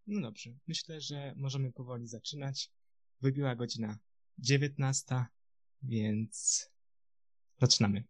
No dobrze, myślę, że możemy powoli zaczynać. Wybiła godzina 19, więc zaczynamy.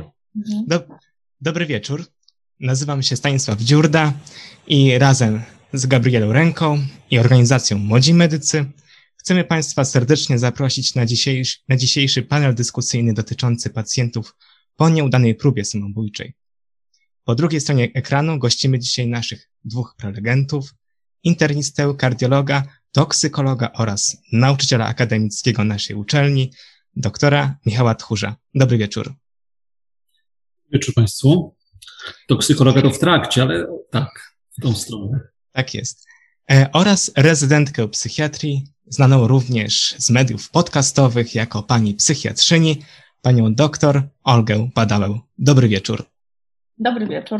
Dobry wieczór. Nazywam się Stanisław Dziurda i razem z Gabrielą Ręką i organizacją Młodzi Medycy chcemy Państwa serdecznie zaprosić na dzisiejszy panel dyskusyjny dotyczący pacjentów po nieudanej próbie samobójczej. Po drugiej stronie ekranu gościmy dzisiaj naszych dwóch prelegentów, internistę, kardiologa, toksykologa oraz nauczyciela akademickiego naszej uczelni, doktora Michała Tchórza. Dobry wieczór. Wieczór Państwu. Toksykologa to w trakcie, ale tak, w tą stronę. Tak jest. Oraz rezydentkę psychiatrii, znaną również z mediów podcastowych jako pani psychiatrzyni, panią doktor Olgę Badałę. Dobry wieczór. Dobry wieczór.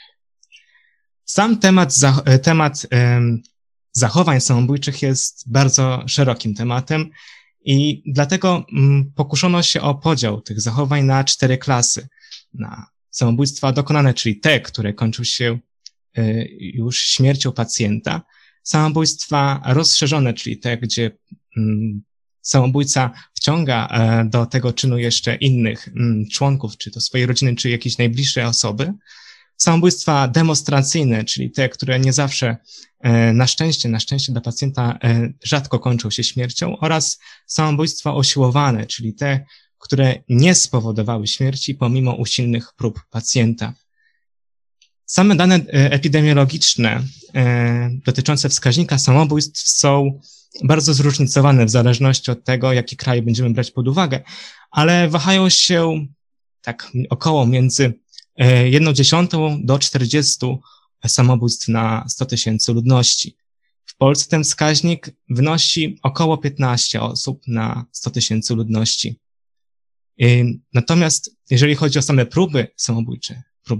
Sam temat zachowań samobójczych jest bardzo szerokim tematem i dlatego pokuszono się o podział tych zachowań na 4 klasy. Na samobójstwa dokonane, czyli te, które kończą się już śmiercią pacjenta. Samobójstwa rozszerzone, czyli te, gdzie samobójca wciąga do tego czynu jeszcze innych członków, czy to swojej rodziny, czy jakiejś najbliższej osoby. Samobójstwa demonstracyjne, czyli te, które nie zawsze, na szczęście dla pacjenta rzadko kończą się śmiercią, oraz samobójstwa osiłowane, czyli te, które nie spowodowały śmierci pomimo usilnych prób pacjenta. Same dane epidemiologiczne dotyczące wskaźnika samobójstw są bardzo zróżnicowane w zależności od tego, jaki kraj będziemy brać pod uwagę, ale wahają się tak około między 1/10 do 40 samobójstw na 100 tysięcy ludności. W Polsce ten wskaźnik wynosi około 15 osób na 100 tysięcy ludności. Natomiast jeżeli chodzi o same próby samobójcze,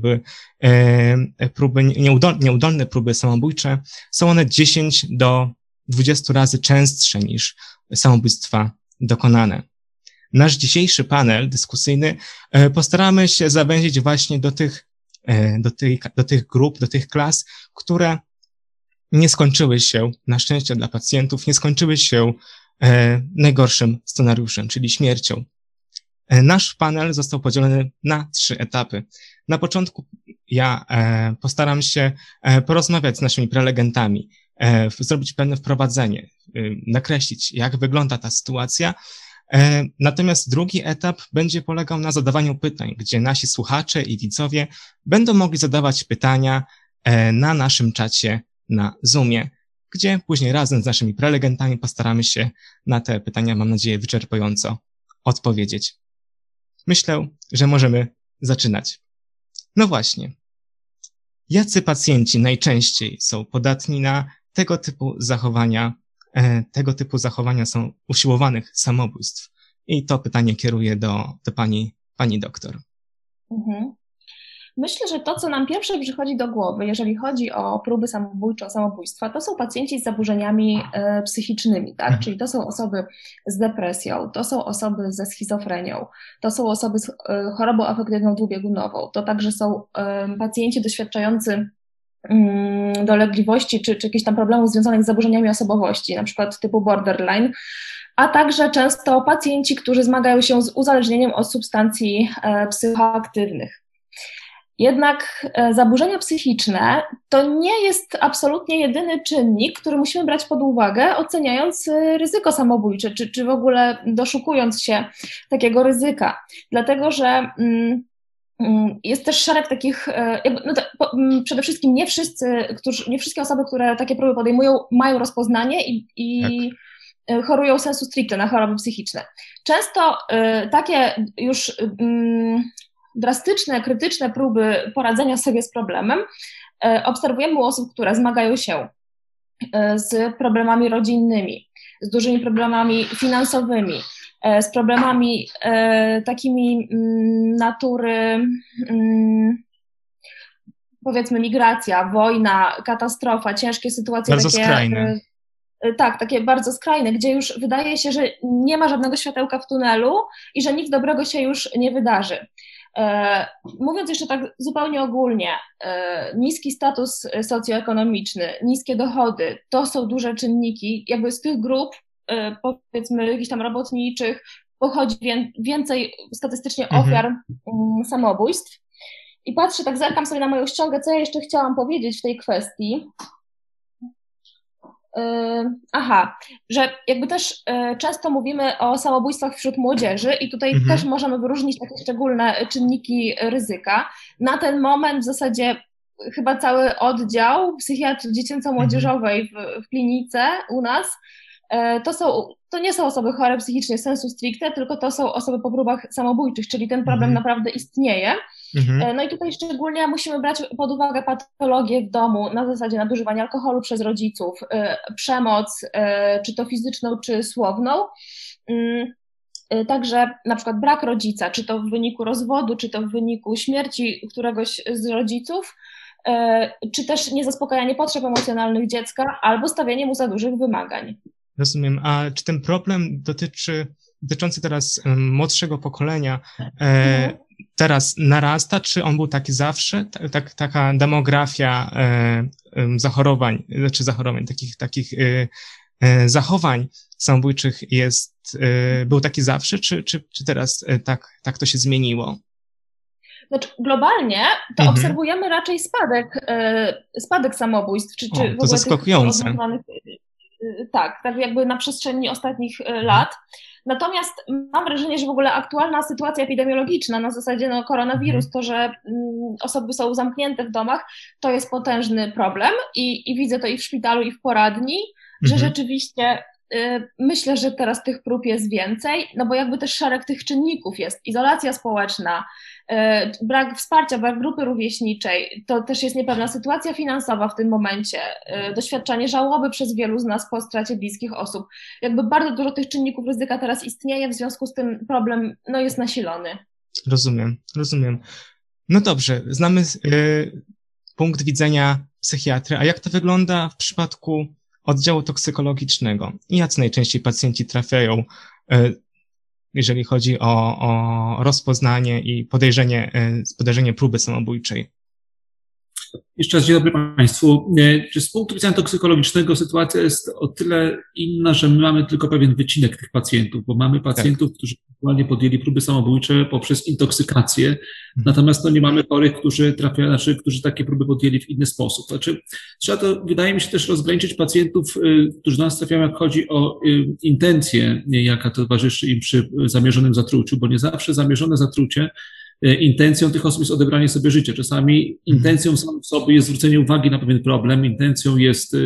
nieudolne próby samobójcze, są one 10 do 20 razy częstsze niż samobójstwa dokonane. Nasz dzisiejszy panel dyskusyjny postaramy się zawęzić właśnie do tych grup, do tych klas, które nie skończyły się, na szczęście dla pacjentów, nie skończyły się najgorszym scenariuszem, czyli śmiercią. Nasz panel został podzielony na 3 etapy. Na początku ja postaram się porozmawiać z naszymi prelegentami, zrobić pewne wprowadzenie, nakreślić, jak wygląda ta sytuacja. Natomiast drugi etap będzie polegał na zadawaniu pytań, gdzie nasi słuchacze i widzowie będą mogli zadawać pytania na naszym czacie na Zoomie, gdzie później razem z naszymi prelegentami postaramy się na te pytania, mam nadzieję, wyczerpująco odpowiedzieć. Myślę, że możemy zaczynać. No właśnie. Jacy pacjenci najczęściej są podatni na tego typu zachowania są usiłowanych samobójstw? I to pytanie kieruję do pani doktor. Myślę, że to, co nam pierwsze przychodzi do głowy, jeżeli chodzi o próby samobójstwa, to są pacjenci z zaburzeniami psychicznymi, tak? Czyli to są osoby z depresją, to są osoby ze schizofrenią, to są osoby z chorobą afektywną dwubiegunową, to także są pacjenci doświadczający dolegliwości czy jakichś tam problemów związanych z zaburzeniami osobowości, na przykład typu borderline, a także często pacjenci, którzy zmagają się z uzależnieniem od substancji psychoaktywnych. Jednak zaburzenia psychiczne to nie jest absolutnie jedyny czynnik, który musimy brać pod uwagę, oceniając ryzyko samobójcze, czy w ogóle doszukując się takiego ryzyka. Dlatego, że jest też szereg takich, przede wszystkim nie wszystkie osoby, które takie próby podejmują, mają rozpoznanie i chorują sensu stricte na choroby psychiczne. Często takie już drastyczne, krytyczne próby poradzenia sobie z problemem obserwujemy u osób, które zmagają się z problemami rodzinnymi, z dużymi problemami finansowymi, z problemami takimi natury, powiedzmy migracja, wojna, katastrofa, ciężkie sytuacje. Bardzo skrajne. Tak, takie bardzo skrajne, gdzie już wydaje się, że nie ma żadnego światełka w tunelu i że nic dobrego się już nie wydarzy. Mówiąc jeszcze tak zupełnie ogólnie, niski status socjoekonomiczny, niskie dochody, to są duże czynniki. Jakby z tych grup, powiedzmy jakichś tam robotniczych, pochodzi więcej statystycznie ofiar samobójstw. I patrzę, tak zerkam sobie na moją ściągę, co ja jeszcze chciałam powiedzieć w tej kwestii. Że jakby też często mówimy o samobójstwach wśród młodzieży i tutaj też możemy wyróżnić takie szczególne czynniki ryzyka. Na ten moment w zasadzie chyba cały oddział psychiatrii dziecięco-młodzieżowej w klinice u nas to nie są osoby chore psychicznie sensu stricte, tylko to są osoby po próbach samobójczych, czyli ten problem naprawdę istnieje. No i tutaj szczególnie musimy brać pod uwagę patologię w domu na zasadzie nadużywania alkoholu przez rodziców, przemoc, czy to fizyczną, czy słowną. Także na przykład brak rodzica, czy to w wyniku rozwodu, czy to w wyniku śmierci któregoś z rodziców, czy też niezaspokajanie potrzeb emocjonalnych dziecka, albo stawianie mu za dużych wymagań. Rozumiem. A czy ten problem dotyczący teraz młodszego pokolenia teraz narasta, czy on był taki zawsze? Taka demografia zachorowań, takich zachowań samobójczych był taki zawsze, czy teraz tak to się zmieniło? Znaczy, globalnie to obserwujemy raczej spadek samobójstw, czy w ogóle to zaskakujące. Tak jakby na przestrzeni ostatnich lat. Natomiast mam wrażenie, że w ogóle aktualna sytuacja epidemiologiczna na zasadzie koronawirus, to, że osoby są zamknięte w domach, to jest potężny problem i widzę to i w szpitalu, i w poradni, że rzeczywiście myślę, że teraz tych prób jest więcej, no bo jakby też szereg tych czynników jest. Izolacja społeczna, brak wsparcia, brak grupy rówieśniczej, to też jest niepewna sytuacja finansowa w tym momencie, doświadczanie żałoby przez wielu z nas po stracie bliskich osób. Jakby bardzo dużo tych czynników ryzyka teraz istnieje, w związku z tym problem jest nasilony. Rozumiem. No dobrze, znamy punkt widzenia psychiatry, a jak to wygląda w przypadku oddziału toksykologicznego i jacy najczęściej pacjenci trafiają, jeżeli chodzi o rozpoznanie i podejrzenie próby samobójczej? Jeszcze raz dzień dobry Państwu. Z punktu widzenia toksykologicznego sytuacja jest o tyle inna, że my mamy tylko pewien wycinek tych pacjentów, bo mamy pacjentów, którzy aktualnie podjęli próby samobójcze poprzez intoksykację, natomiast nie mamy chorych, którzy takie próby podjęli w inny sposób. Trzeba to, wydaje mi się, też rozgraniczyć pacjentów, którzy do nas trafiają, jak chodzi o intencję, jaka towarzyszy im przy zamierzonym zatruciu, bo nie zawsze zamierzone zatrucie intencją tych osób jest odebranie sobie życia. Czasami intencją samą w sobie jest zwrócenie uwagi na pewien problem, intencją jest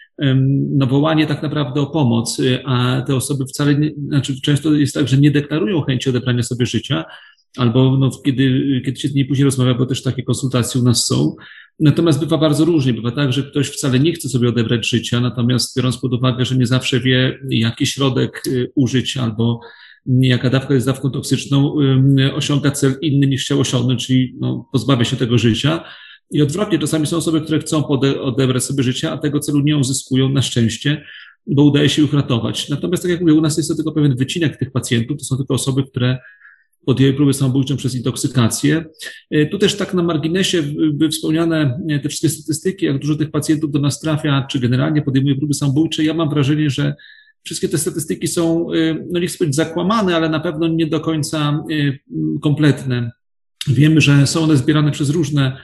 wołanie tak naprawdę o pomoc, a te osoby wcale nie, często jest tak, że nie deklarują chęci odebrania sobie życia, albo kiedy się z nimi później rozmawia, bo też takie konsultacje u nas są. Natomiast bywa bardzo różnie. Bywa tak, że ktoś wcale nie chce sobie odebrać życia, natomiast biorąc pod uwagę, że nie zawsze wie, jaki środek użyć, albo jaka dawka jest dawką toksyczną, osiąga cel inny niż chciał osiągnąć, czyli pozbawia się tego życia. I odwrotnie, czasami są osoby, które chcą odebrać sobie życie, a tego celu nie uzyskują na szczęście, bo udaje się ich ratować. Natomiast, tak jak mówię, u nas jest to tylko pewien wycinek tych pacjentów, to są tylko osoby, które podjęły próbę samobójczą przez intoksykację. Tu też tak na marginesie były wspomniane te wszystkie statystyki, jak dużo tych pacjentów do nas trafia, czy generalnie podejmuje próby samobójcze. Ja mam wrażenie, że wszystkie te statystyki są, nie chcę powiedzieć zakłamane, ale na pewno nie do końca kompletne. Wiemy, że są one zbierane przez różne,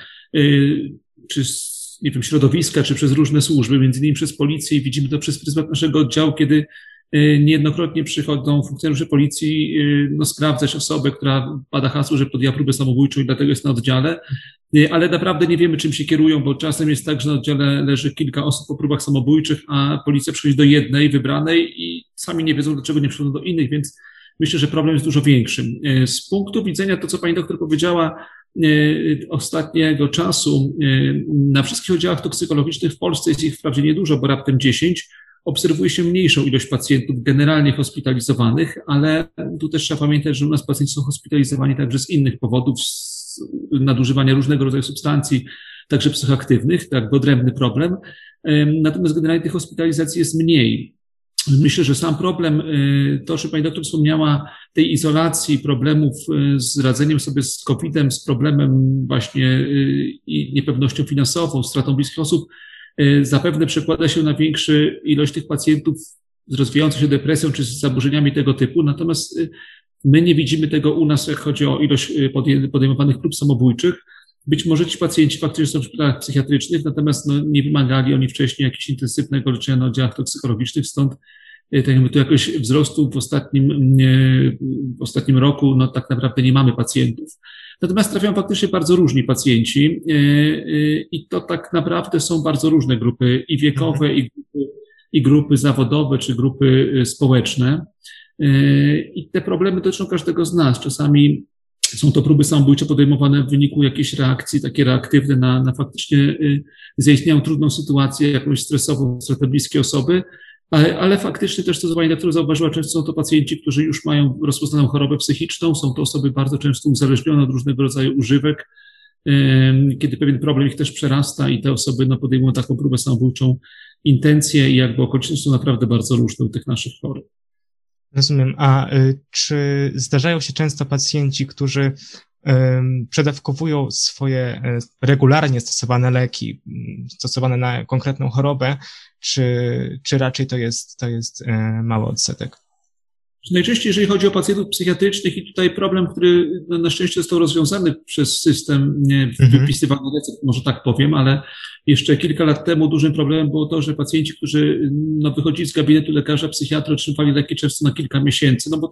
czy środowiska, czy przez różne służby, między innymi przez policję, i widzimy to przez pryzmat naszego oddziału, kiedy niejednokrotnie przychodzą funkcjonariusze policji sprawdzać osobę, która pada hasło, że podjęła próbę samobójczą i dlatego jest na oddziale, ale naprawdę nie wiemy, czym się kierują, bo czasem jest tak, że na oddziale leży kilka osób po próbach samobójczych, a policja przychodzi do jednej wybranej i sami nie wiedzą, dlaczego nie przychodzą do innych, więc myślę, że problem jest dużo większy. Z punktu widzenia to, co pani doktor powiedziała, ostatniego czasu, na wszystkich oddziałach toksykologicznych w Polsce jest ich wprawdzie niedużo, bo raptem 10, obserwuje się mniejszą ilość pacjentów generalnie hospitalizowanych, ale tu też trzeba pamiętać, że u nas pacjenci są hospitalizowani także z innych powodów, z nadużywania różnego rodzaju substancji, także psychoaktywnych, tak, odrębny problem. Natomiast generalnie tych hospitalizacji jest mniej. Myślę, że sam problem, to, że pani doktor wspomniała, tej izolacji, problemów z radzeniem sobie z COVID-em, z problemem właśnie i niepewnością finansową, stratą bliskich osób, zapewne przekłada się na większą ilość tych pacjentów z rozwijającą się depresją czy z zaburzeniami tego typu. Natomiast my nie widzimy tego u nas, jak chodzi o ilość podejmowanych prób samobójczych. Być może ci pacjenci faktycznie są w szpitalach psychiatrycznych, natomiast nie wymagali oni wcześniej jakiegoś intensywnego leczenia na oddziałach toksykologicznych, stąd tak jakby tu jakoś wzrostu w ostatnim roku, tak naprawdę nie mamy pacjentów. Natomiast trafiają faktycznie bardzo różni pacjenci i to tak naprawdę są bardzo różne grupy i wiekowe, i grupy zawodowe, czy grupy społeczne. I te problemy dotyczą każdego z nas. Czasami są to próby samobójcze podejmowane w wyniku jakiejś reakcji, takie reaktywne na faktycznie zaistniałą trudną sytuację, jakąś stresową, stratę bliskiej osoby, ale faktycznie też to zadanie, które zauważyła, często są to pacjenci, którzy już mają rozpoznaną chorobę psychiczną, są to osoby bardzo często uzależnione od różnego rodzaju używek, kiedy pewien problem ich też przerasta i te osoby podejmują taką próbę samobójczą, intencje i jakby okoliczności są naprawdę bardzo różne u tych naszych chorych. Rozumiem. A czy zdarzają się często pacjenci, którzy przedawkowują swoje regularnie stosowane leki, stosowane na konkretną chorobę, czy raczej to jest mały odsetek? Najczęściej, jeżeli chodzi o pacjentów psychiatrycznych i tutaj problem, który na szczęście został rozwiązany przez system wypisywania recept, może tak powiem, ale jeszcze kilka lat temu dużym problemem było to, że pacjenci, którzy wychodzili z gabinetu lekarza psychiatry, otrzymywali leki często na kilka miesięcy, bo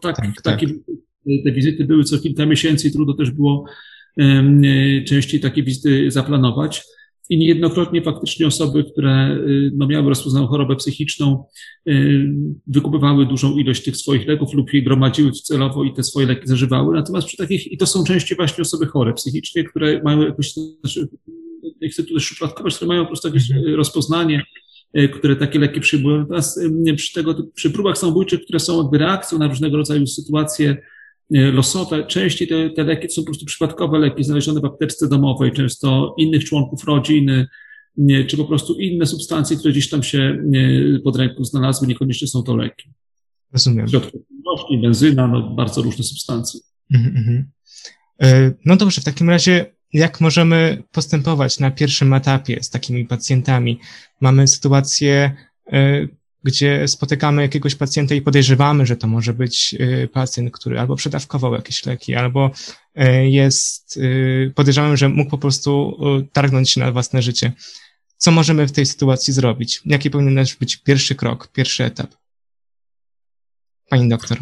te wizyty były co kilka miesięcy i trudno też było częściej takie wizyty zaplanować. I niejednokrotnie faktycznie osoby, które miały rozpoznaną chorobę psychiczną, wykupywały dużą ilość tych swoich leków lub je gromadziły celowo i te swoje leki zażywały. Natomiast przy takich, i to są częściej właśnie osoby chore psychicznie, które mają jakoś, nie chcę tutaj szufladkować, które mają po prostu jakieś rozpoznanie, które takie leki przyjmują. Natomiast przy próbach samobójczych, które są jakby reakcją na różnego rodzaju sytuacje losowe, częściej te leki to są po prostu przypadkowe leki znalezione w apteczce domowej, często innych członków rodziny, czy po prostu inne substancje, które gdzieś tam się pod ręką znalazły, niekoniecznie są to leki. Rozumiem. Środki roślin, benzyna, bardzo różne substancje. No dobrze, w takim razie jak możemy postępować na pierwszym etapie z takimi pacjentami? Mamy sytuację, gdzie spotykamy jakiegoś pacjenta i podejrzewamy, że to może być pacjent, który albo przedawkował jakieś leki, albo podejrzewamy, że mógł po prostu targnąć się na własne życie. Co możemy w tej sytuacji zrobić? Jaki powinien być pierwszy krok, pierwszy etap? Pani doktor.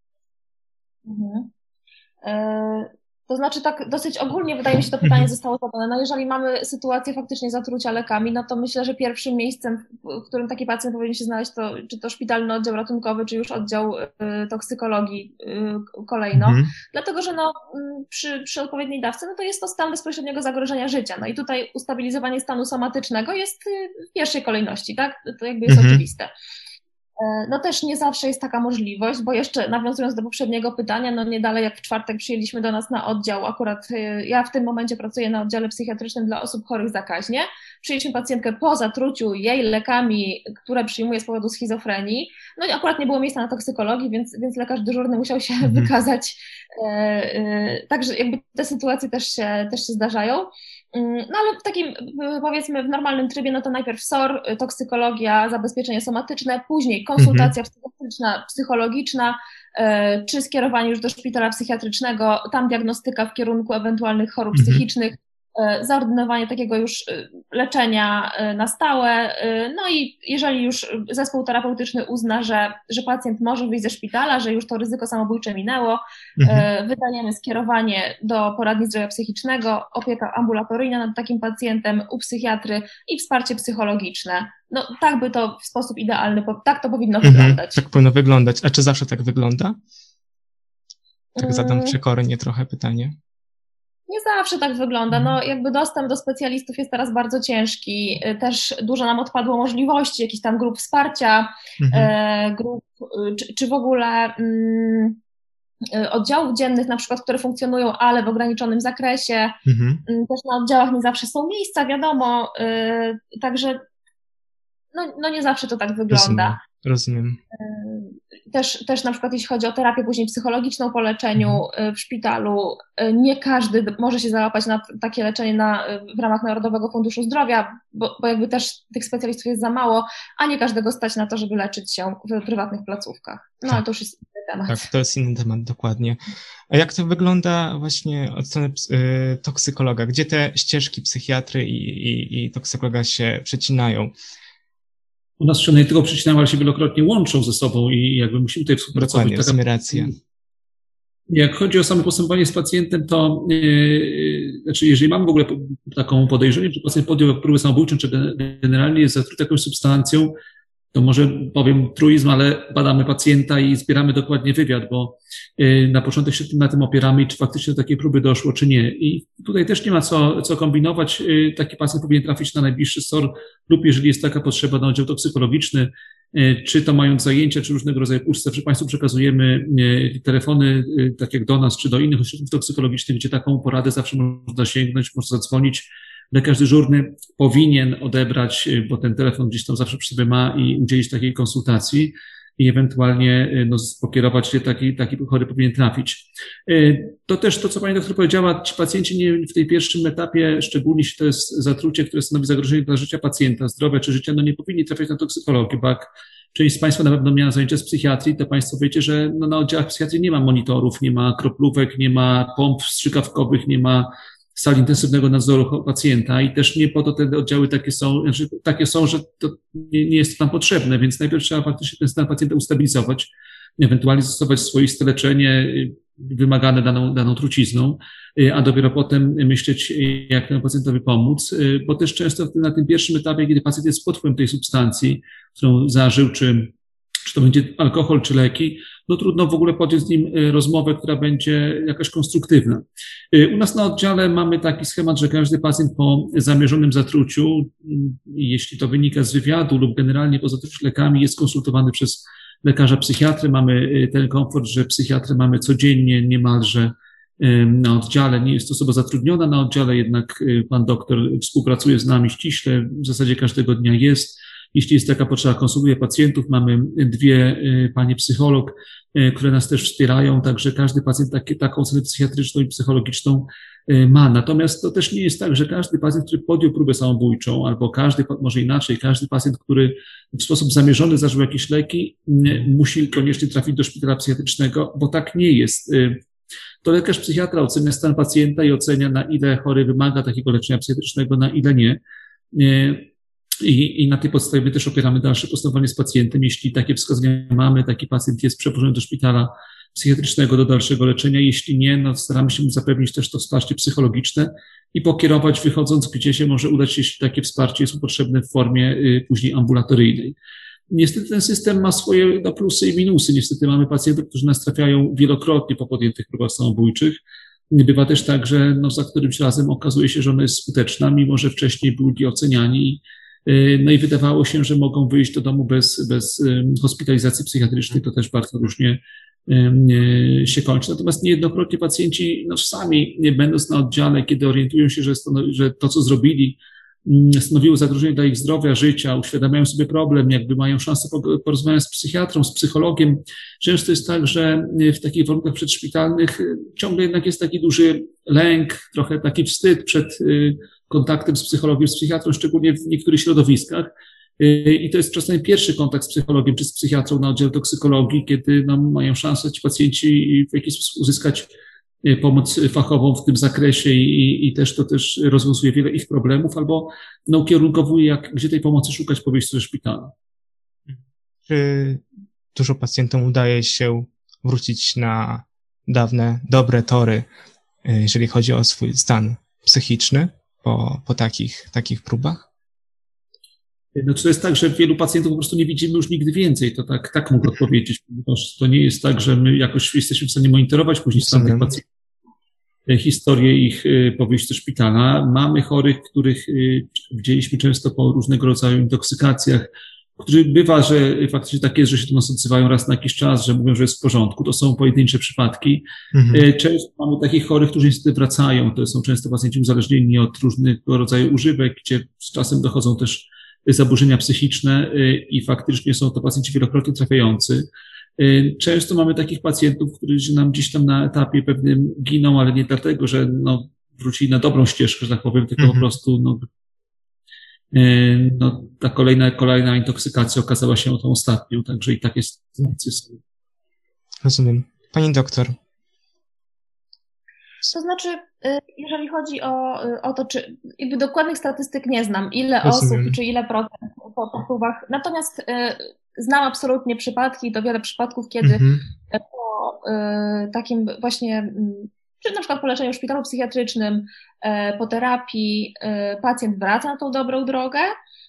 To znaczy tak dosyć ogólnie wydaje mi się to pytanie zostało zadane. No jeżeli mamy sytuację faktycznie zatrucia lekami, no to myślę, że pierwszym miejscem, w którym taki pacjent powinien się znaleźć, to czy to szpitalny oddział ratunkowy, czy już oddział toksykologii kolejno. Dlatego, że przy odpowiedniej dawce, to jest to stan bezpośredniego zagrożenia życia. No i tutaj ustabilizowanie stanu somatycznego jest w pierwszej kolejności, tak? To jakby jest oczywiste. No też nie zawsze jest taka możliwość, bo jeszcze nawiązując do poprzedniego pytania, nie dalej jak w czwartek przyjęliśmy do nas na oddział, akurat ja w tym momencie pracuję na oddziale psychiatrycznym dla osób chorych zakaźnie, przyjęliśmy pacjentkę po zatruciu jej lekami, które przyjmuje z powodu schizofrenii, no i akurat nie było miejsca na toksykologii, więc lekarz dyżurny musiał się wykazać, także jakby te sytuacje też się zdarzają. No ale w takim, powiedzmy, w normalnym trybie, to najpierw SOR, toksykologia, zabezpieczenie somatyczne, później konsultacja psychiatryczna, psychologiczna, czy skierowanie już do szpitala psychiatrycznego, tam diagnostyka w kierunku ewentualnych chorób psychicznych, zaordynowanie takiego już leczenia na stałe, no i jeżeli już zespół terapeutyczny uzna, że pacjent może wyjść ze szpitala, że już to ryzyko samobójcze minęło, wydajemy skierowanie do poradni zdrowia psychicznego, opieka ambulatoryjna nad takim pacjentem u psychiatry i wsparcie psychologiczne. No tak by to w sposób idealny, tak to powinno wyglądać. Tak powinno wyglądać. A czy zawsze tak wygląda? Tak zadam przekornie trochę pytanie. Nie zawsze tak wygląda. Jakby dostęp do specjalistów jest teraz bardzo ciężki. Też dużo nam odpadło możliwości, jakichś tam grup wsparcia, grup, czy w ogóle oddziałów dziennych na przykład, które funkcjonują, ale w ograniczonym zakresie. Też na oddziałach nie zawsze są miejsca, wiadomo. Także no nie zawsze to tak wygląda. Rozumiem. Też na przykład jeśli chodzi o terapię później psychologiczną po leczeniu w szpitalu, nie każdy może się załapać na takie leczenie w ramach Narodowego Funduszu Zdrowia, bo jakby też tych specjalistów jest za mało, a nie każdego stać na to, żeby leczyć się w prywatnych placówkach. No ale to już jest inny temat. Tak, to jest inny temat, dokładnie. A jak to wygląda właśnie od strony toksykologa? Gdzie te ścieżki psychiatry i toksykologa się przecinają? U nas się nie tylko przecinają, ale się wielokrotnie łączą ze sobą i jakby musimy tutaj współpracować. Dokładnie, w sumie rację. Jak chodzi o samo postępowanie z pacjentem, to znaczy jeżeli mamy w ogóle taką podejrzenie, że pacjent podjął próbę samobójczą, czy generalnie jest zatruty jakąś substancją, to może powiem truizm, ale badamy pacjenta i zbieramy dokładnie wywiad, bo na początek się na tym opieramy i czy faktycznie do takiej próby doszło, czy nie. I tutaj też nie ma co kombinować. Taki pacjent powinien trafić na najbliższy SOR lub jeżeli jest taka potrzeba na oddział toksykologiczny, czy to mając zajęcia, czy różnego rodzaju kursy. Zawsze Państwu przekazujemy telefony, tak jak do nas, czy do innych ośrodków toksykologicznych, gdzie taką poradę zawsze można sięgnąć, można zadzwonić. Lekarz dyżurny powinien odebrać, bo ten telefon gdzieś tam zawsze przy sobie ma i udzielić takiej konsultacji i ewentualnie pokierować, gdzie taki chory powinien trafić. To też to, co pani doktor powiedziała, ci pacjenci w tej pierwszym etapie, szczególnie jeśli to jest zatrucie, które stanowi zagrożenie dla życia pacjenta, zdrowia czy życia, nie powinni trafiać na toksykologię, bo jak część z Państwa na pewno miała zajęcia z psychiatrii, to Państwo wiecie, że na oddziałach psychiatrii nie ma monitorów, nie ma kroplówek, nie ma pomp strzykawkowych, nie ma sali intensywnego nadzoru pacjenta i też nie po to te oddziały takie są, że to nie jest tam potrzebne, więc najpierw trzeba faktycznie ten stan pacjenta ustabilizować, ewentualnie stosować swoiste leczenie wymagane daną trucizną, a dopiero potem myśleć, jak temu pacjentowi pomóc, bo też często na tym pierwszym etapie, kiedy pacjent jest pod wpływem tej substancji, którą zażył, czy to będzie alkohol, czy leki, no trudno w ogóle podjąć z nim rozmowę, która będzie jakaś konstruktywna. U nas na oddziale mamy taki schemat, że każdy pacjent po zamierzonym zatruciu, jeśli to wynika z wywiadu lub generalnie po zatruciu lekami, jest konsultowany przez lekarza psychiatry. Mamy ten komfort, że psychiatrę mamy codziennie niemalże na oddziale. Nie jest to osoba zatrudniona na oddziale, jednak pan doktor współpracuje z nami ściśle, w zasadzie każdego dnia jest. Jeśli jest taka potrzeba, konsultuje pacjentów. Mamy 2 panie psycholog, które nas też wspierają, także każdy pacjent taką ocenę psychiatryczną i psychologiczną ma. Natomiast to też nie jest tak, że każdy pacjent, który podjął próbę samobójczą, albo może inaczej, każdy pacjent, który w sposób zamierzony zażył jakieś leki, musi koniecznie trafić do szpitala psychiatrycznego, bo tak nie jest. To lekarz psychiatra ocenia stan pacjenta i ocenia, na ile chory wymaga takiego leczenia psychiatrycznego, na ile nie. I na tej podstawie my też opieramy dalsze postępowanie z pacjentem. Jeśli takie wskazania mamy, taki pacjent jest przewożony do szpitala psychiatrycznego do dalszego leczenia. Jeśli nie, no staramy się mu zapewnić też to wsparcie psychologiczne i pokierować, wychodząc, gdzie się może udać, jeśli takie wsparcie jest mu potrzebne w formie później ambulatoryjnej. Niestety ten system ma swoje plusy i minusy. Niestety mamy pacjentów, którzy nas trafiają wielokrotnie po podjętych próbach samobójczych. Bywa też tak, że za którymś razem okazuje się, że ona jest skuteczna, mimo że wcześniej byli oceniani. No i wydawało się, że mogą wyjść do domu bez hospitalizacji psychiatrycznej. To też bardzo różnie się kończy. Natomiast niejednokrotnie pacjenci sami, będąc na oddziale, kiedy orientują się, że to, co zrobili, stanowiło zagrożenie dla ich zdrowia, życia, uświadamiają sobie problem, jakby mają szansę porozmawiać z psychiatrą, z psychologiem. Często jest tak, że w takich warunkach przedszpitalnych ciągle jednak jest taki duży lęk, trochę taki wstyd przed kontaktem z psychologiem, z psychiatrą, szczególnie w niektórych środowiskach. I to jest czasami pierwszy kontakt z psychologiem czy z psychiatrą na oddziale toksykologii, kiedy mają szansę ci pacjenci w jakiś sposób uzyskać pomoc fachową w tym zakresie i też to też rozwiązuje wiele ich problemów albo ukierunkowuje, gdzie tej pomocy szukać po wyjściu ze szpitala. Czy dużo pacjentom udaje się wrócić na dawne, dobre tory, jeżeli chodzi o swój stan psychiczny po takich próbach? To jest tak, że wielu pacjentów po prostu nie widzimy już nigdy więcej, to tak mogę odpowiedzieć, ponieważ to nie jest tak, że my jakoś jesteśmy w stanie monitorować później stan tych pacjentów, historię ich po wyjściu ze szpitala. Mamy chorych, których widzieliśmy często po różnego rodzaju intoksykacjach, którzy bywa, że faktycznie tak jest, że się do nas odzywają raz na jakiś czas, że mówią, że jest w porządku. To są pojedyncze przypadki. Często mamy takich chorych, którzy niestety wracają. To są często pacjenci uzależnieni od różnego rodzaju używek, gdzie z czasem dochodzą też zaburzenia psychiczne i faktycznie są to pacjenci wielokrotnie trafiający. Często mamy takich pacjentów, którzy nam gdzieś tam na etapie pewnym giną, ale nie dlatego, że wrócili na dobrą ścieżkę, że tak powiem, tylko po prostu ta kolejna intoksykacja okazała się tą ostatnią, także i takie sytuacje są. Rozumiem. Pani doktor. To znaczy, jeżeli chodzi o to, czy jakby dokładnych statystyk nie znam, ile Rozumiem. osób, czy ile procent po próbach, natomiast znam absolutnie przypadki, to wiele przypadków, kiedy po takim właśnie, czy na przykład po leczeniu w szpitalu psychiatrycznym, po terapii, pacjent wraca na tą dobrą drogę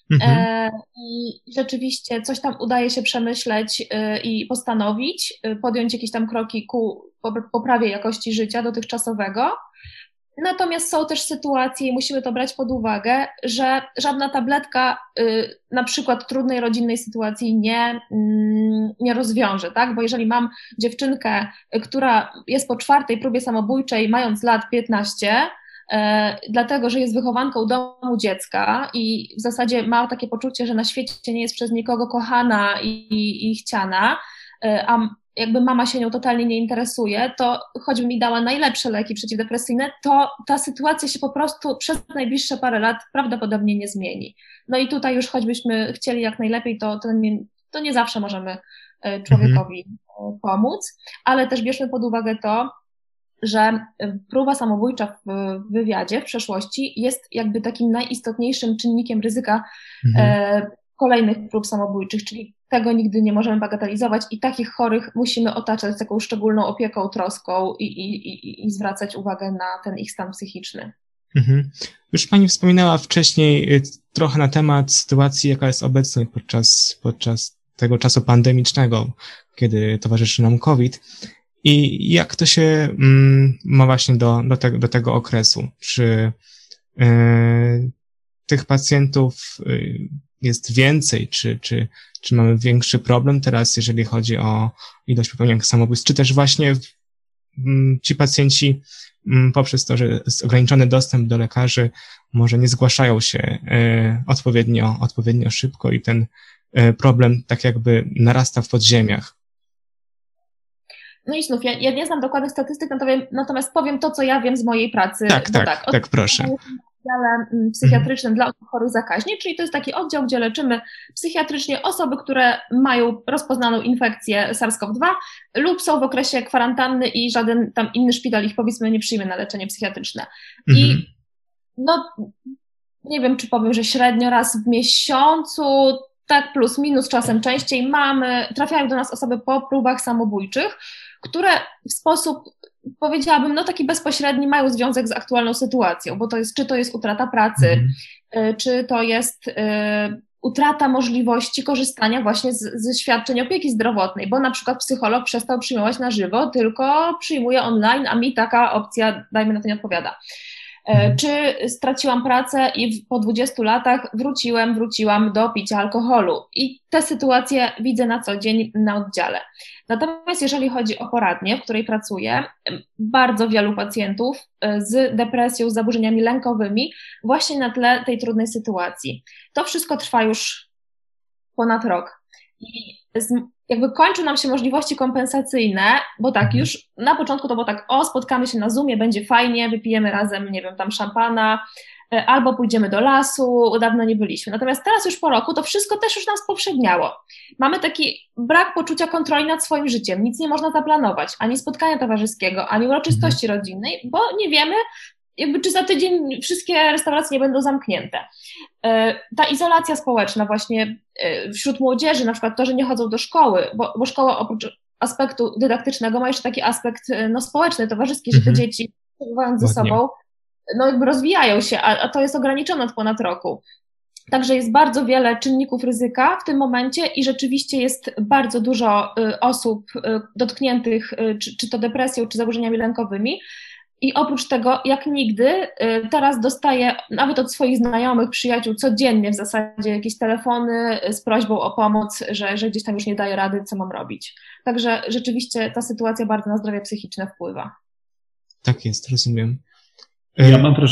i rzeczywiście coś tam udaje się przemyśleć i postanowić, podjąć jakieś tam kroki ku poprawie jakości życia dotychczasowego. Natomiast są też sytuacje, i musimy to brać pod uwagę, że żadna tabletka na przykład trudnej rodzinnej sytuacji nie rozwiąże, tak? Bo jeżeli mam dziewczynkę, która jest po 4. próbie samobójczej, mając lat 15, dlatego, że jest wychowanką domu dziecka i w zasadzie ma takie poczucie, że na świecie nie jest przez nikogo kochana i chciana, a jakby mama się nią totalnie nie interesuje, to choćby mi dała najlepsze leki przeciwdepresyjne, to ta sytuacja się po prostu przez najbliższe parę lat prawdopodobnie nie zmieni. No i tutaj już choćbyśmy chcieli jak najlepiej, to nie zawsze możemy człowiekowi pomóc, ale też bierzmy pod uwagę to, że próba samobójcza w wywiadzie w przeszłości jest jakby takim najistotniejszym czynnikiem ryzyka kolejnych prób samobójczych, czyli tego nigdy nie możemy bagatelizować i takich chorych musimy otaczać taką szczególną opieką, troską i zwracać uwagę na ten ich stan psychiczny. Już Pani wspominała wcześniej trochę na temat sytuacji, jaka jest obecna podczas tego czasu pandemicznego, kiedy towarzyszy nam COVID. I jak to się ma właśnie do tego okresu? Czy tych pacjentów jest więcej, czy mamy większy problem teraz, jeżeli chodzi o ilość popełnianych samobójstw, czy też właśnie ci pacjenci poprzez to, że jest ograniczony dostęp do lekarzy, może nie zgłaszają się odpowiednio szybko i ten problem tak jakby narasta w podziemiach. No i znów, ja nie znam dokładnych statystyk, natomiast powiem to, co ja wiem z mojej pracy. Tak, proszę. W oddziale psychiatrycznym dla osób chorych zakaźnie, czyli to jest taki oddział, gdzie leczymy psychiatrycznie osoby, które mają rozpoznaną infekcję SARS-CoV-2 lub są w okresie kwarantanny i żaden tam inny szpital ich, powiedzmy, nie przyjmie na leczenie psychiatryczne. I nie wiem, czy powiem, że średnio raz w miesiącu, tak plus minus, czasem częściej trafiają do nas osoby po próbach samobójczych, które w sposób, powiedziałabym, taki bezpośredni mają związek z aktualną sytuacją, bo czy to jest utrata pracy, czy to jest utrata możliwości korzystania właśnie ze świadczeń opieki zdrowotnej, bo na przykład psycholog przestał przyjmować na żywo, tylko przyjmuje online, a mi taka opcja, dajmy na to, nie odpowiada. Czy straciłam pracę i po 20 latach wróciłam do picia alkoholu. I te sytuacje widzę na co dzień na oddziale. Natomiast jeżeli chodzi o poradnię, w której pracuję, bardzo wielu pacjentów z depresją, z zaburzeniami lękowymi właśnie na tle tej trudnej sytuacji. To wszystko trwa już ponad rok. I jakby kończą nam się możliwości kompensacyjne, bo tak, już na początku to było tak, spotkamy się na Zoomie, będzie fajnie, wypijemy razem, nie wiem, tam szampana, albo pójdziemy do lasu, dawno nie byliśmy. Natomiast teraz już po roku to wszystko też już nas poprzedniało. Mamy taki brak poczucia kontroli nad swoim życiem, nic nie można zaplanować, ani spotkania towarzyskiego, ani uroczystości rodzinnej, bo nie wiemy, jakby czy za tydzień wszystkie restauracje nie będą zamknięte. Ta izolacja społeczna właśnie wśród młodzieży, na przykład to, że nie chodzą do szkoły, bo szkoła oprócz aspektu dydaktycznego ma jeszcze taki aspekt społeczny, towarzyski, że te dzieci przebywając ze sobą jakby rozwijają się, a to jest ograniczone od ponad roku. Także jest bardzo wiele czynników ryzyka w tym momencie i rzeczywiście jest bardzo dużo osób dotkniętych czy to depresją, czy zaburzeniami lękowymi. I oprócz tego, jak nigdy, teraz dostaję nawet od swoich znajomych, przyjaciół codziennie w zasadzie jakieś telefony z prośbą o pomoc, że gdzieś tam już nie daję rady, co mam robić. Także rzeczywiście ta sytuacja bardzo na zdrowie psychiczne wpływa. Tak jest, rozumiem. Ja mam wrażenie,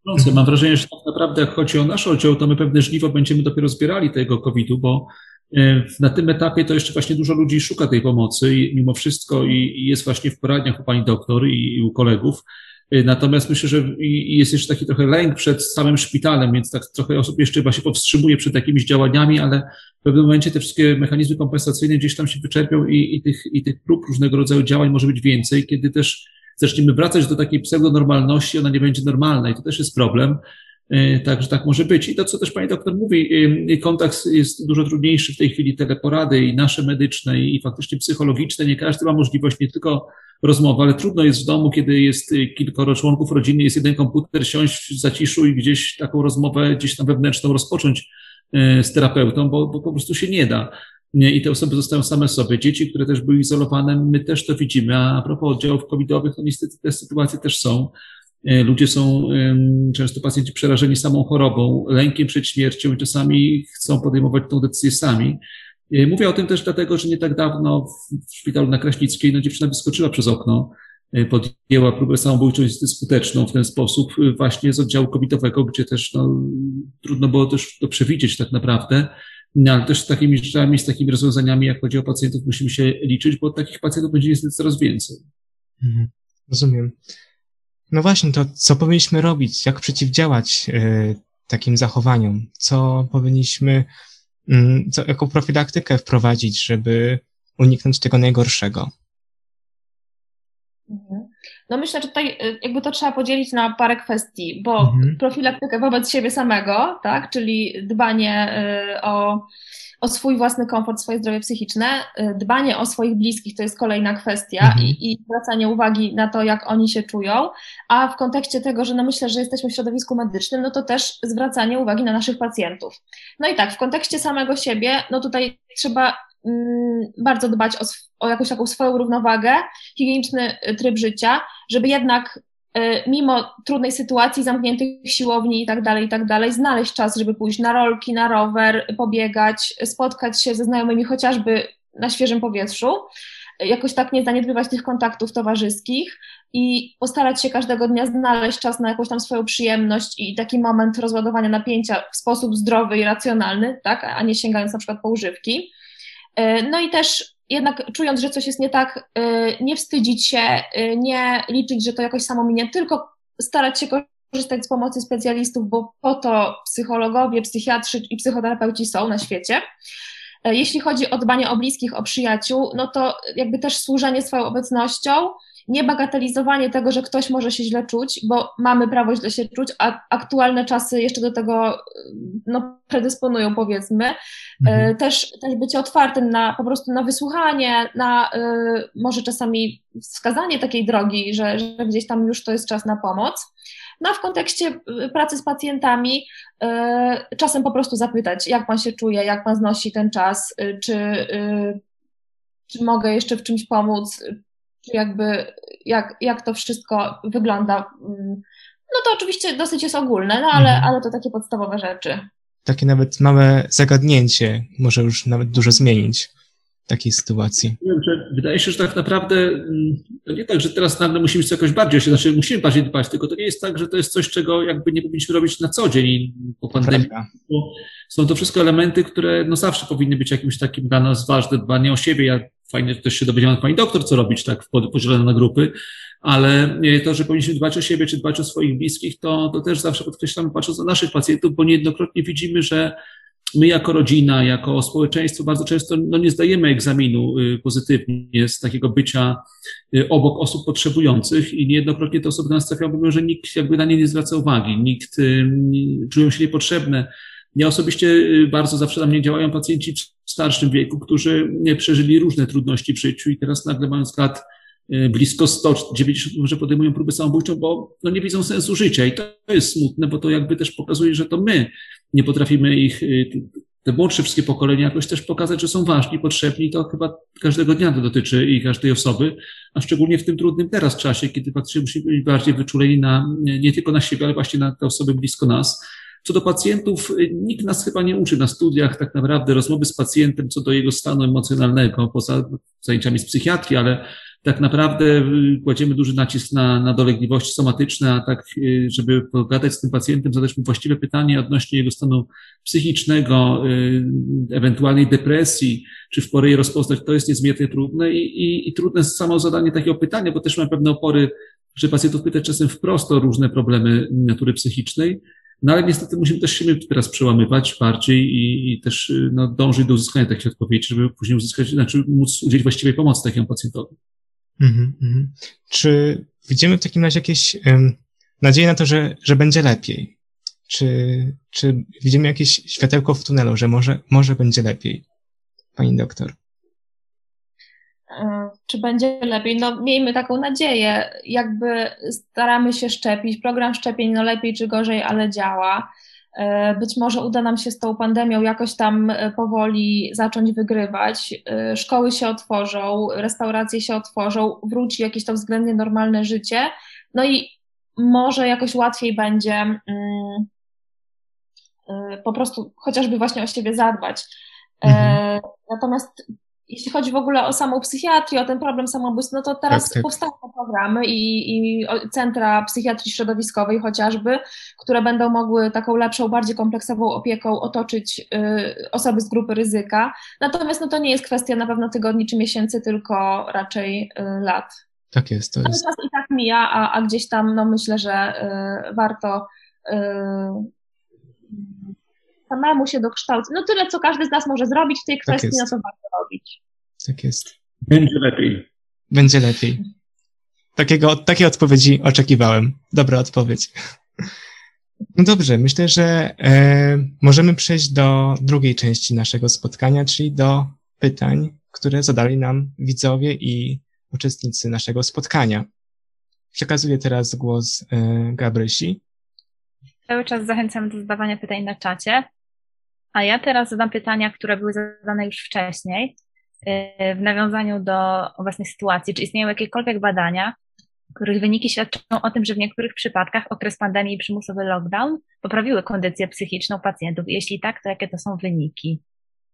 Ja mam wrażenie, że tak naprawdę jak chodzi o nasz oddział, to my pewne żniwo będziemy dopiero zbierali tego COVID-u, bo na tym etapie to jeszcze właśnie dużo ludzi szuka tej pomocy i mimo wszystko i jest właśnie w poradniach u pani doktor i u kolegów. Natomiast myślę, że jest jeszcze taki trochę lęk przed samym szpitalem, więc tak trochę osób jeszcze właśnie powstrzymuje przed jakimiś działaniami, ale w pewnym momencie te wszystkie mechanizmy kompensacyjne gdzieś tam się wyczerpią i tych prób różnego rodzaju działań może być więcej, kiedy też zaczniemy wracać do takiej pseudonormalności, ona nie będzie normalna i to też jest problem. Także tak może być. I to, co też pani doktor mówi, kontakt jest dużo trudniejszy w tej chwili, teleporady i nasze medyczne i faktycznie psychologiczne. Nie każdy ma możliwość nie tylko rozmowy, ale trudno jest w domu, kiedy jest kilkoro członków rodziny, jest jeden komputer, siąść w zaciszu i gdzieś taką rozmowę gdzieś tam wewnętrzną rozpocząć z terapeutą, bo po prostu się nie da. I te osoby zostają same sobie. Dzieci, które też były izolowane, my też to widzimy. A propos oddziałów covidowych, to niestety te sytuacje też są. Ludzie są, często pacjenci przerażeni samą chorobą, lękiem przed śmiercią i czasami chcą podejmować tę decyzję sami. Mówię o tym też dlatego, że nie tak dawno w szpitalu na Kraśnickiej dziewczyna wyskoczyła przez okno, podjęła próbę samobójczą i skuteczną w ten sposób właśnie z oddziału covidowego, gdzie też trudno było też to przewidzieć tak naprawdę. Ale też z takimi rzeczami, z takimi rozwiązaniami, jak chodzi o pacjentów, musimy się liczyć, bo takich pacjentów będzie niestety coraz więcej. Rozumiem. No właśnie, to co powinniśmy robić? Jak przeciwdziałać takim zachowaniom? Co powinniśmy, jaką profilaktykę wprowadzić, żeby uniknąć tego najgorszego? No myślę, że tutaj jakby to trzeba podzielić na parę kwestii, bo profilaktykę wobec siebie samego, tak, czyli dbanie o swój własny komfort, swoje zdrowie psychiczne, dbanie o swoich bliskich to jest kolejna kwestia i zwracanie uwagi na to, jak oni się czują, a w kontekście tego, że myślę, że jesteśmy w środowisku medycznym, no to też zwracanie uwagi na naszych pacjentów. No i tak, w kontekście samego siebie, no tutaj trzeba bardzo dbać o jakąś taką swoją równowagę, higieniczny tryb życia, żeby jednak mimo trudnej sytuacji, zamkniętych siłowni i tak dalej, znaleźć czas, żeby pójść na rolki, na rower, pobiegać, spotkać się ze znajomymi chociażby na świeżym powietrzu, jakoś tak nie zaniedbywać tych kontaktów towarzyskich i postarać się każdego dnia znaleźć czas na jakąś tam swoją przyjemność i taki moment rozładowania napięcia w sposób zdrowy i racjonalny, tak, a nie sięgając na przykład po używki. No i też jednak czując, że coś jest nie tak, nie wstydzić się, nie liczyć, że to jakoś samo minie, tylko starać się korzystać z pomocy specjalistów, bo po to psychologowie, psychiatrzy i psychoterapeuci są na świecie. Jeśli chodzi o dbanie o bliskich, o przyjaciół, no to jakby też służenie swoją obecnością, nie bagatelizowanie tego, że ktoś może się źle czuć, bo mamy prawo źle się czuć, a aktualne czasy jeszcze do tego predysponują, powiedzmy. Też bycie otwartym po prostu na wysłuchanie, na może czasami wskazanie takiej drogi, że gdzieś tam już to jest czas na pomoc. No a w kontekście pracy z pacjentami czasem po prostu zapytać, jak pan się czuje, jak pan znosi ten czas, czy mogę jeszcze w czymś pomóc, czy jakby jak to wszystko wygląda. No to oczywiście dosyć jest ogólne, no ale to takie podstawowe rzeczy. Takie nawet małe zagadnięcie może już nawet dużo zmienić w takiej sytuacji. Wydaje się, że tak naprawdę to nie tak, że teraz nagle musimy się jakoś bardziej, znaczy musimy bardziej dbać, tylko to nie jest tak, że to jest coś, czego jakby nie powinniśmy robić na co dzień po pandemii. Bo są to wszystko elementy, które zawsze powinny być jakimś takim dla nas ważne, dbanie o siebie. Ja fajnie też się dowiedziałem od pani doktor, co robić tak podzielone na grupy, ale to, że powinniśmy dbać o siebie, czy dbać o swoich bliskich, to też zawsze podkreślamy, patrząc na naszych pacjentów, bo niejednokrotnie widzimy, że my jako rodzina, jako społeczeństwo bardzo często nie zdajemy egzaminu pozytywnie z takiego bycia obok osób potrzebujących i niejednokrotnie te osoby do nas trafiają, mówią, że nikt jakby na nie nie zwraca uwagi, czują się niepotrzebne. Ja osobiście bardzo zawsze na mnie działają pacjenci w starszym wieku, którzy przeżyli różne trudności w życiu i teraz nagle mając lat blisko 190 może podejmują próbę samobójczą, bo nie widzą sensu życia i to jest smutne, bo to jakby też pokazuje, że to my nie potrafimy ich, te młodsze wszystkie pokolenia jakoś też pokazać, że są ważni, potrzebni. To chyba każdego dnia to dotyczy i każdej osoby, a szczególnie w tym trudnym teraz czasie, kiedy faktycznie musimy być bardziej wyczuleni nie tylko na siebie, ale właśnie na te osoby blisko nas. Co do pacjentów, nikt nas chyba nie uczy na studiach tak naprawdę rozmowy z pacjentem co do jego stanu emocjonalnego, poza zajęciami z psychiatrii, ale tak naprawdę kładziemy duży nacisk na dolegliwości somatyczne, a tak, żeby pogadać z tym pacjentem, zadać mu właściwe pytanie odnośnie jego stanu psychicznego, ewentualnej depresji, czy w porę je rozpoznać, to jest niezmiernie trudne i trudne jest samo zadanie takiego pytania, bo też mamy pewne opory, że pacjentów pytać czasem wprost o różne problemy natury psychicznej, no ale niestety musimy też się teraz przełamywać bardziej i też dążyć do uzyskania takich odpowiedzi, żeby później móc udzielić właściwej pomocy takiemu pacjentowi. Czy widzimy w takim razie jakieś nadzieję na to, że będzie lepiej? Czy widzimy jakieś światełko w tunelu, że może będzie lepiej? Pani doktor. Czy będzie lepiej? No miejmy taką nadzieję. Jakby staramy się szczepić. Program szczepień no lepiej czy gorzej, ale działa. Być może uda nam się z tą pandemią jakoś tam powoli zacząć wygrywać. Szkoły się otworzą, restauracje się otworzą, wróci jakieś to względnie normalne życie. No i może jakoś łatwiej będzie po prostu chociażby właśnie o siebie zadbać. Natomiast jeśli chodzi w ogóle o samą psychiatrię, o ten problem samobójstw, no to teraz powstają programy i centra psychiatrii środowiskowej chociażby, które będą mogły taką lepszą, bardziej kompleksową opieką otoczyć osoby z grupy ryzyka. Natomiast no to nie jest kwestia na pewno tygodni czy miesięcy, tylko raczej lat. Tak jest, to jest. Ale czas i tak mija, a gdzieś tam no myślę, że warto samemu się dokształcić. No tyle, co każdy z nas może zrobić w tej kwestii, no to warto robić. Tak jest. Będzie lepiej. Będzie lepiej. Takiej odpowiedzi oczekiwałem. Dobra odpowiedź. No dobrze, myślę, że możemy przejść do drugiej części naszego spotkania, czyli do pytań, które zadali nam widzowie i uczestnicy naszego spotkania. Przekazuję teraz głos Gabrysi. Cały czas zachęcam do zadawania pytań na czacie, a ja teraz zadam pytania, które były zadane już wcześniej w nawiązaniu do obecnej sytuacji. Czy istnieją jakiekolwiek badania, których wyniki świadczą o tym, że w niektórych przypadkach okres pandemii i przymusowy lockdown poprawiły kondycję psychiczną pacjentów? Jeśli tak, to jakie to są wyniki?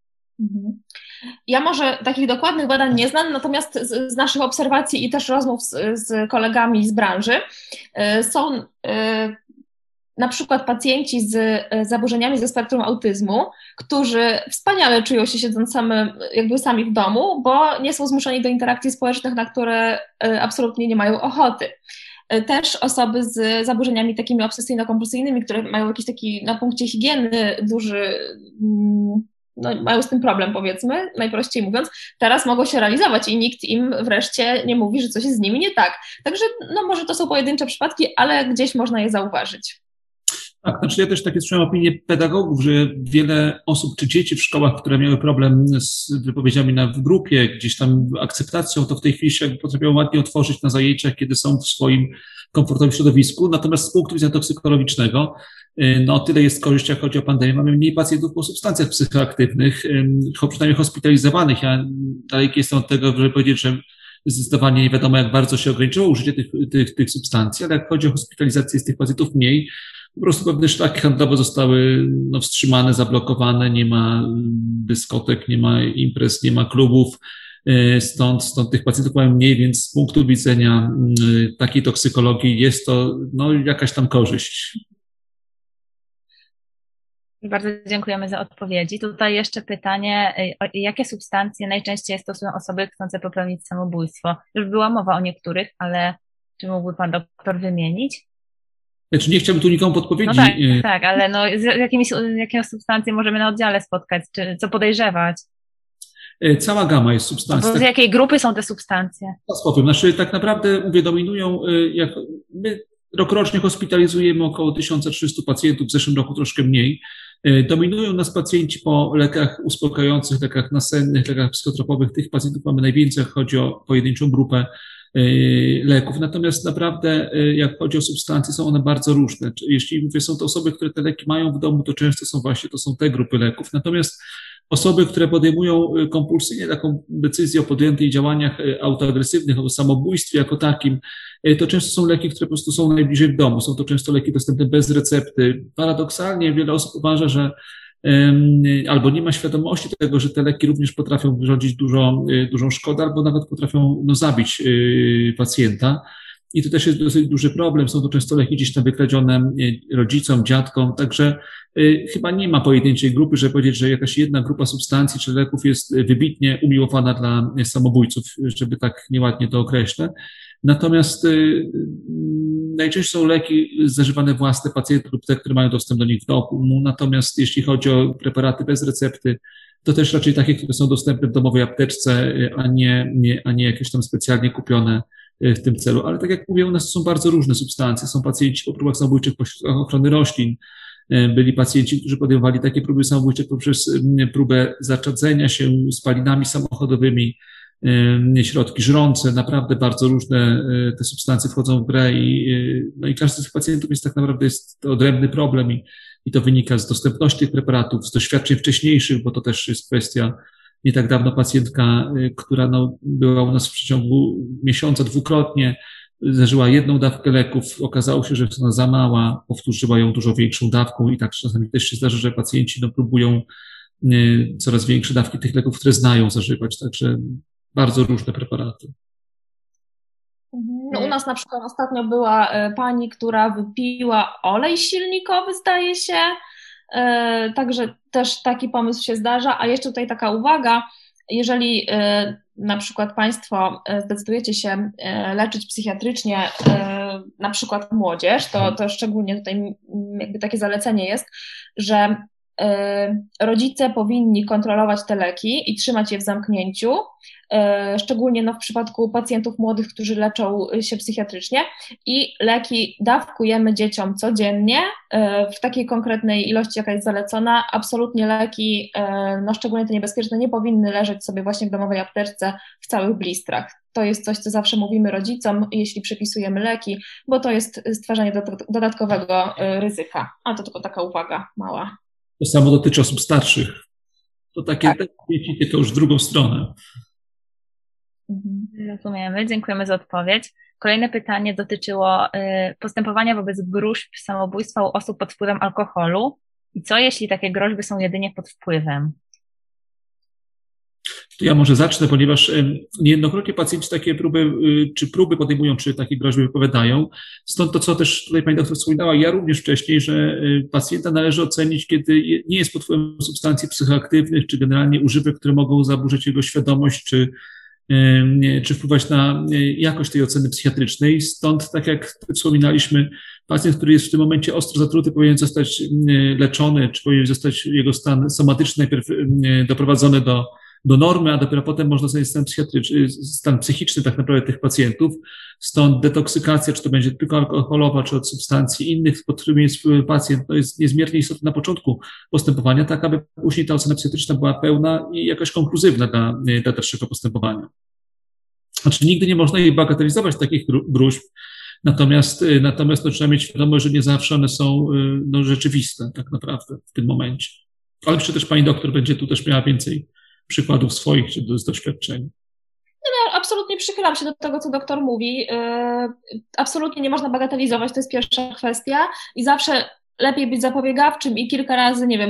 Ja może takich dokładnych badań nie znam, natomiast z naszych obserwacji i też rozmów z kolegami z branży są na przykład pacjenci z zaburzeniami ze spektrum autyzmu, którzy wspaniale czują się siedząc sami w domu, bo nie są zmuszeni do interakcji społecznych, na które absolutnie nie mają ochoty. Też osoby z zaburzeniami takimi obsesyjno-kompulsyjnymi, które mają jakiś taki na punkcie higieny duży, no, mają z tym problem, powiedzmy, najprościej mówiąc, teraz mogą się realizować i nikt im wreszcie nie mówi, że coś jest z nimi nie tak. Także no, może to są pojedyncze przypadki, ale gdzieś można je zauważyć. Tak, znaczy ja też takie słyszałem opinię pedagogów, że wiele osób czy dzieci w szkołach, które miały problem z wypowiedziami w grupie, gdzieś tam akceptacją, to w tej chwili się potrafią ładnie otworzyć na zajęciach, kiedy są w swoim komfortowym środowisku. Natomiast z punktu widzenia toksykologicznego, no o tyle jest korzyść, jak chodzi o pandemię. Mamy mniej pacjentów po substancjach psychoaktywnych, przynajmniej hospitalizowanych. Ja daleki jestem od tego, żeby powiedzieć, że zdecydowanie nie wiadomo, jak bardzo się ograniczyło użycie tych substancji, ale jak chodzi o hospitalizację, jest tych pacjentów mniej. Po prostu pewne szlaki handlowe zostały wstrzymane, zablokowane, nie ma dyskotek, nie ma imprez, nie ma klubów, stąd tych pacjentów mamy mniej, więc z punktu widzenia takiej toksykologii jest to jakaś tam korzyść. Bardzo dziękujemy za odpowiedzi. Tutaj jeszcze pytanie, jakie substancje najczęściej stosują osoby chcące popełnić samobójstwo? Już była mowa o niektórych, ale czy mógłby pan doktor wymienić? Znaczy nie chciałbym tu nikomu podpowiedzi. No tak, ale jakie substancje możemy na oddziale spotkać, czy co podejrzewać? Cała gama jest substancji. Z jakiej grupy są te substancje? Znaczy tak naprawdę dominują, jak my rokrocznie hospitalizujemy około 1300 pacjentów, w zeszłym roku troszkę mniej. Dominują nas pacjenci po lekach uspokajających, lekach nasennych, lekach psychotropowych. Tych pacjentów mamy najwięcej, jak chodzi o pojedynczą grupę leków. Natomiast naprawdę, jak chodzi o substancje, są one bardzo różne. Jeśli mówię, są to osoby, które te leki mają w domu, to często są te grupy leków. Natomiast osoby, które podejmują kompulsyjnie taką decyzję o podjętych działaniach autoagresywnych, o samobójstwie jako takim, to często są leki, które po prostu są najbliżej w domu. Są to często leki dostępne bez recepty. Paradoksalnie wiele osób uważa, że albo nie ma świadomości tego, że te leki również potrafią wyrządzić dużą szkodę, albo nawet potrafią zabić pacjenta. I to też jest dosyć duży problem. Są to często leki gdzieś tam wykradzione rodzicom, dziadkom, także chyba nie ma pojedynczej grupy, żeby powiedzieć, że jakaś jedna grupa substancji czy leków jest wybitnie umiłowana dla samobójców, żeby tak nieładnie to określę. Natomiast najczęściej są leki zażywane własne pacjentów lub te, które mają dostęp do nich w domu. Natomiast jeśli chodzi o preparaty bez recepty, to też raczej takie, które są dostępne w domowej apteczce, a nie jakieś tam specjalnie kupione w tym celu. Ale tak jak mówię, u nas są bardzo różne substancje. Są pacjenci po próbach samobójczych po środkach ochrony roślin. Byli pacjenci, którzy podejmowali takie próby samobójcze poprzez próbę zaczadzenia się spalinami samochodowymi, środki żrące, naprawdę bardzo różne te substancje wchodzą w grę i każdy z tych pacjentów jest tak naprawdę jest to odrębny problem i to wynika z dostępności tych preparatów, z doświadczeń wcześniejszych, bo to też jest kwestia. Nie tak dawno pacjentka, która była u nas w przeciągu miesiąca dwukrotnie, zażyła jedną dawkę leków, okazało się, że jest ona za mała, powtórzyła ją dużo większą dawką i tak czasami też się zdarza, że pacjenci próbują coraz większe dawki tych leków, które znają zażywać, także bardzo różne preparaty. No, u nas na przykład ostatnio była pani, która wypiła olej silnikowy, zdaje się, także też taki pomysł się zdarza, a jeszcze tutaj taka uwaga, jeżeli na przykład Państwo zdecydujecie się leczyć psychiatrycznie na przykład młodzież, to szczególnie tutaj jakby takie zalecenie jest, że rodzice powinni kontrolować te leki i trzymać je w zamknięciu, szczególnie w przypadku pacjentów młodych, którzy leczą się psychiatrycznie i leki dawkujemy dzieciom codziennie w takiej konkretnej ilości, jaka jest zalecona. Absolutnie leki, szczególnie te niebezpieczne, nie powinny leżeć sobie właśnie w domowej apteczce w całych blistrach. To jest coś, co zawsze mówimy rodzicom, jeśli przepisujemy leki, bo to jest stwarzanie dodatkowego ryzyka. A to tylko taka uwaga mała. To samo dotyczy osób starszych. To takie dzieci, tylko już w drugą stronę. Rozumiemy, dziękujemy za odpowiedź. Kolejne pytanie dotyczyło postępowania wobec gróźb samobójstwa u osób pod wpływem alkoholu. I co, jeśli takie groźby są jedynie pod wpływem? To ja może zacznę, ponieważ niejednokrotnie pacjenci takie próby podejmują, czy takie groźby wypowiadają. Stąd to, co też tutaj pani doktor wspominała, ja również wcześniej, że pacjenta należy ocenić, kiedy nie jest pod wpływem substancji psychoaktywnych, czy generalnie używek, które mogą zaburzyć jego świadomość, czy wpływać na jakość tej oceny psychiatrycznej. Stąd, tak jak wspominaliśmy, pacjent, który jest w tym momencie ostro zatruty, powinien zostać leczony, czy powinien zostać jego stan somatyczny najpierw doprowadzony do normy, a dopiero potem można sobie stan psychiczny tak naprawdę tych pacjentów. Stąd detoksykacja, czy to będzie tylko alkoholowa, czy od substancji innych, pod którymi jest pacjent, to jest niezmiernie istotne na początku postępowania, tak aby później ta ocena psychiatryczna była pełna i jakaś konkluzywna dla dalszego postępowania. Znaczy nigdy nie można jej bagatelizować takich gruźb, natomiast trzeba mieć świadomość, że nie zawsze one są rzeczywiste tak naprawdę w tym momencie. Ale myślę też pani doktor będzie tu też miała więcej przykładów swoich z doświadczeń. No, absolutnie przychylam się do tego, co doktor mówi. Absolutnie nie można bagatelizować, to jest pierwsza kwestia i zawsze lepiej być zapobiegawczym i kilka razy, nie wiem,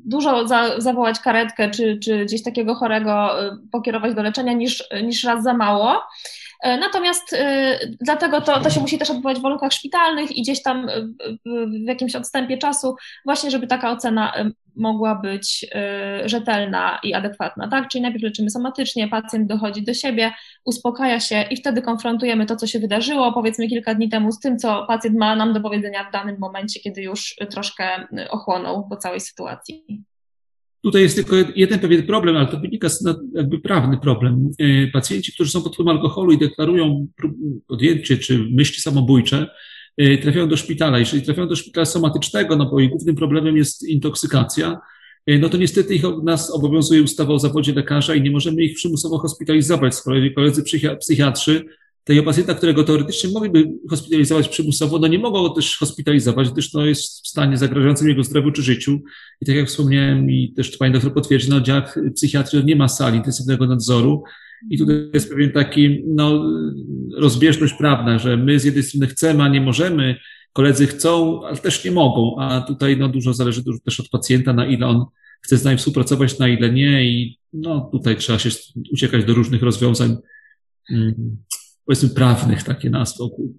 zawołać karetkę czy gdzieś takiego chorego pokierować do leczenia niż raz za mało. Natomiast dlatego to się musi też odbywać w warunkach szpitalnych i gdzieś tam w jakimś odstępie czasu, właśnie żeby taka ocena mogła być rzetelna i adekwatna, tak? Czyli najpierw leczymy somatycznie, pacjent dochodzi do siebie, uspokaja się i wtedy konfrontujemy to, co się wydarzyło, powiedzmy kilka dni temu, z tym, co pacjent ma nam do powiedzenia w danym momencie, kiedy już troszkę ochłonął po całej sytuacji. Tutaj jest tylko jeden pewien problem, ale to wynika z jakby prawny problem. Pacjenci, którzy są pod wpływem alkoholu i deklarują podjęcie czy myśli samobójcze, trafiają do szpitala. Jeżeli trafiają do szpitala somatycznego, bo ich głównym problemem jest intoksykacja, to niestety nas obowiązuje ustawa o zawodzie lekarza i nie możemy ich przymusowo hospitalizować. Z kolei koledzy psychiatrzy tego pacjenta, którego teoretycznie mogliby hospitalizować przymusowo, nie mogą też hospitalizować, gdyż to jest w stanie zagrażającym jego zdrowiu czy życiu. I tak jak wspomniałem i też pani doktor potwierdzi, na oddziałach psychiatrii nie ma sali intensywnego nadzoru. I tutaj jest pewien taki, rozbieżność prawna, że my z jednej strony chcemy, a nie możemy koledzy chcą, ale też nie mogą, a tutaj no, dużo zależy też od pacjenta, na ile on chce z nami współpracować, na ile nie i no, tutaj trzeba się uciekać do różnych rozwiązań, powiedzmy prawnych, takie na stoku.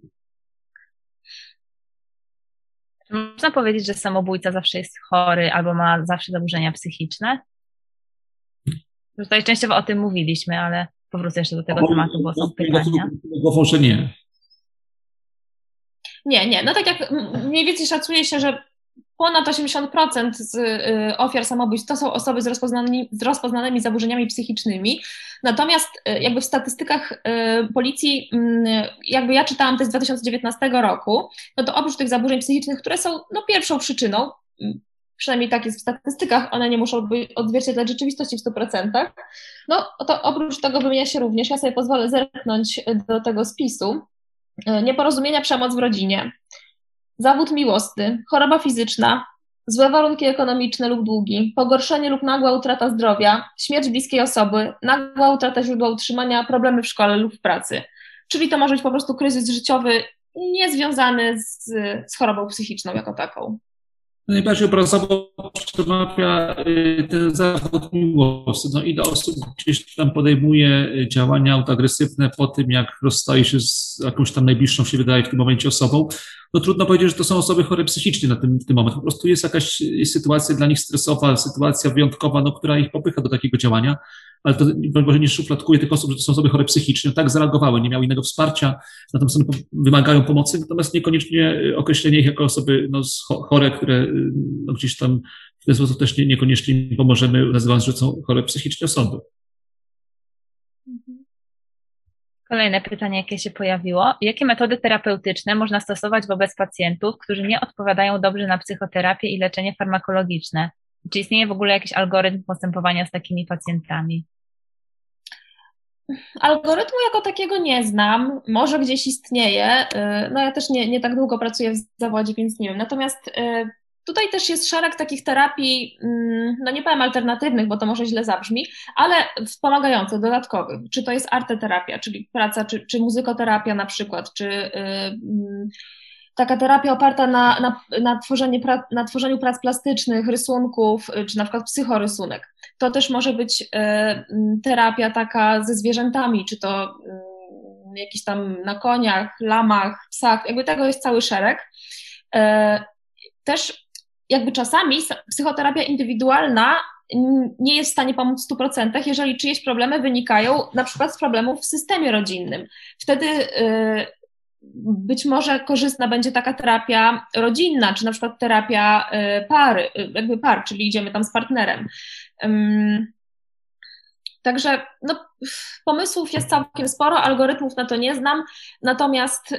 Można powiedzieć, że samobójca zawsze jest chory albo ma zawsze zaburzenia psychiczne? Tutaj częściowo o tym mówiliśmy, ale powrócę jeszcze do tego tematu, bo są pytania. Głową, że nie. Nie. No tak jak mniej więcej szacuje się, że ponad 80% z ofiar samobójstw to są osoby z rozpoznanymi zaburzeniami psychicznymi. Natomiast jakby w statystykach policji, jakby ja czytałam te z 2019 roku, no to oprócz tych zaburzeń psychicznych, które są no, pierwszą przyczyną, przynajmniej tak jest w statystykach, one nie muszą odzwierciedlać rzeczywistości w 100%, no to oprócz tego wymienia się również, ja sobie pozwolę zerknąć do tego spisu, nieporozumienia, przemoc w rodzinie, zawód miłosny, choroba fizyczna, złe warunki ekonomiczne lub długi, pogorszenie lub nagła utrata zdrowia, śmierć bliskiej osoby, nagła utrata źródła utrzymania, problemy w szkole lub w pracy. Czyli to może być po prostu kryzys życiowy niezwiązany z chorobą psychiczną jako taką. Najbardziej obrazowo przemawia ten zawód miłosny. No, ile osób gdzieś tam podejmuje działania autoagresywne po tym, jak rozstaje się z jakąś tam najbliższą się wydaje w tym momencie osobą. No trudno powiedzieć, że to są osoby chore psychicznie w tym momencie. Po prostu jest jakaś sytuacja dla nich stresowa, sytuacja wyjątkowa, no, która ich popycha do takiego działania. Ale to może nie szufladkuje tych osób, że to są osoby chore psychicznie. Tak zareagowały, nie miały innego wsparcia, natomiast one wymagają pomocy, natomiast niekoniecznie określenie ich jako osoby no, chore, które no, gdzieś tam w ten sposób też niekoniecznie pomożemy, nazywając, że są chore psychicznie osoby. Kolejne pytanie, jakie się pojawiło. Jakie metody terapeutyczne można stosować wobec pacjentów, którzy nie odpowiadają dobrze na psychoterapię i leczenie farmakologiczne? Czy istnieje w ogóle jakiś algorytm postępowania z takimi pacjentami? Algorytmu jako takiego nie znam, może gdzieś istnieje, no ja też nie tak długo pracuję w zawodzie, więc nie wiem. Natomiast tutaj też jest szereg takich terapii, no nie powiem alternatywnych, bo to może źle zabrzmi, ale wspomagających, dodatkowych. Czy to jest arteterapia, czyli praca, czy muzykoterapia na przykład, czy taka terapia oparta na tworzeniu prac plastycznych, rysunków, czy na przykład psychorysunek. To też może być terapia taka ze zwierzętami, czy to jakiś tam na koniach, lamach, psach, jakby tego jest cały szereg. Też jakby czasami psychoterapia indywidualna nie jest w stanie pomóc w 100%, jeżeli czyjeś problemy wynikają na przykład z problemów w systemie rodzinnym. Wtedy być może korzystna będzie taka terapia rodzinna, czy na przykład terapia par, czyli idziemy tam z partnerem. Także no, pomysłów jest całkiem sporo, algorytmów na to nie znam, natomiast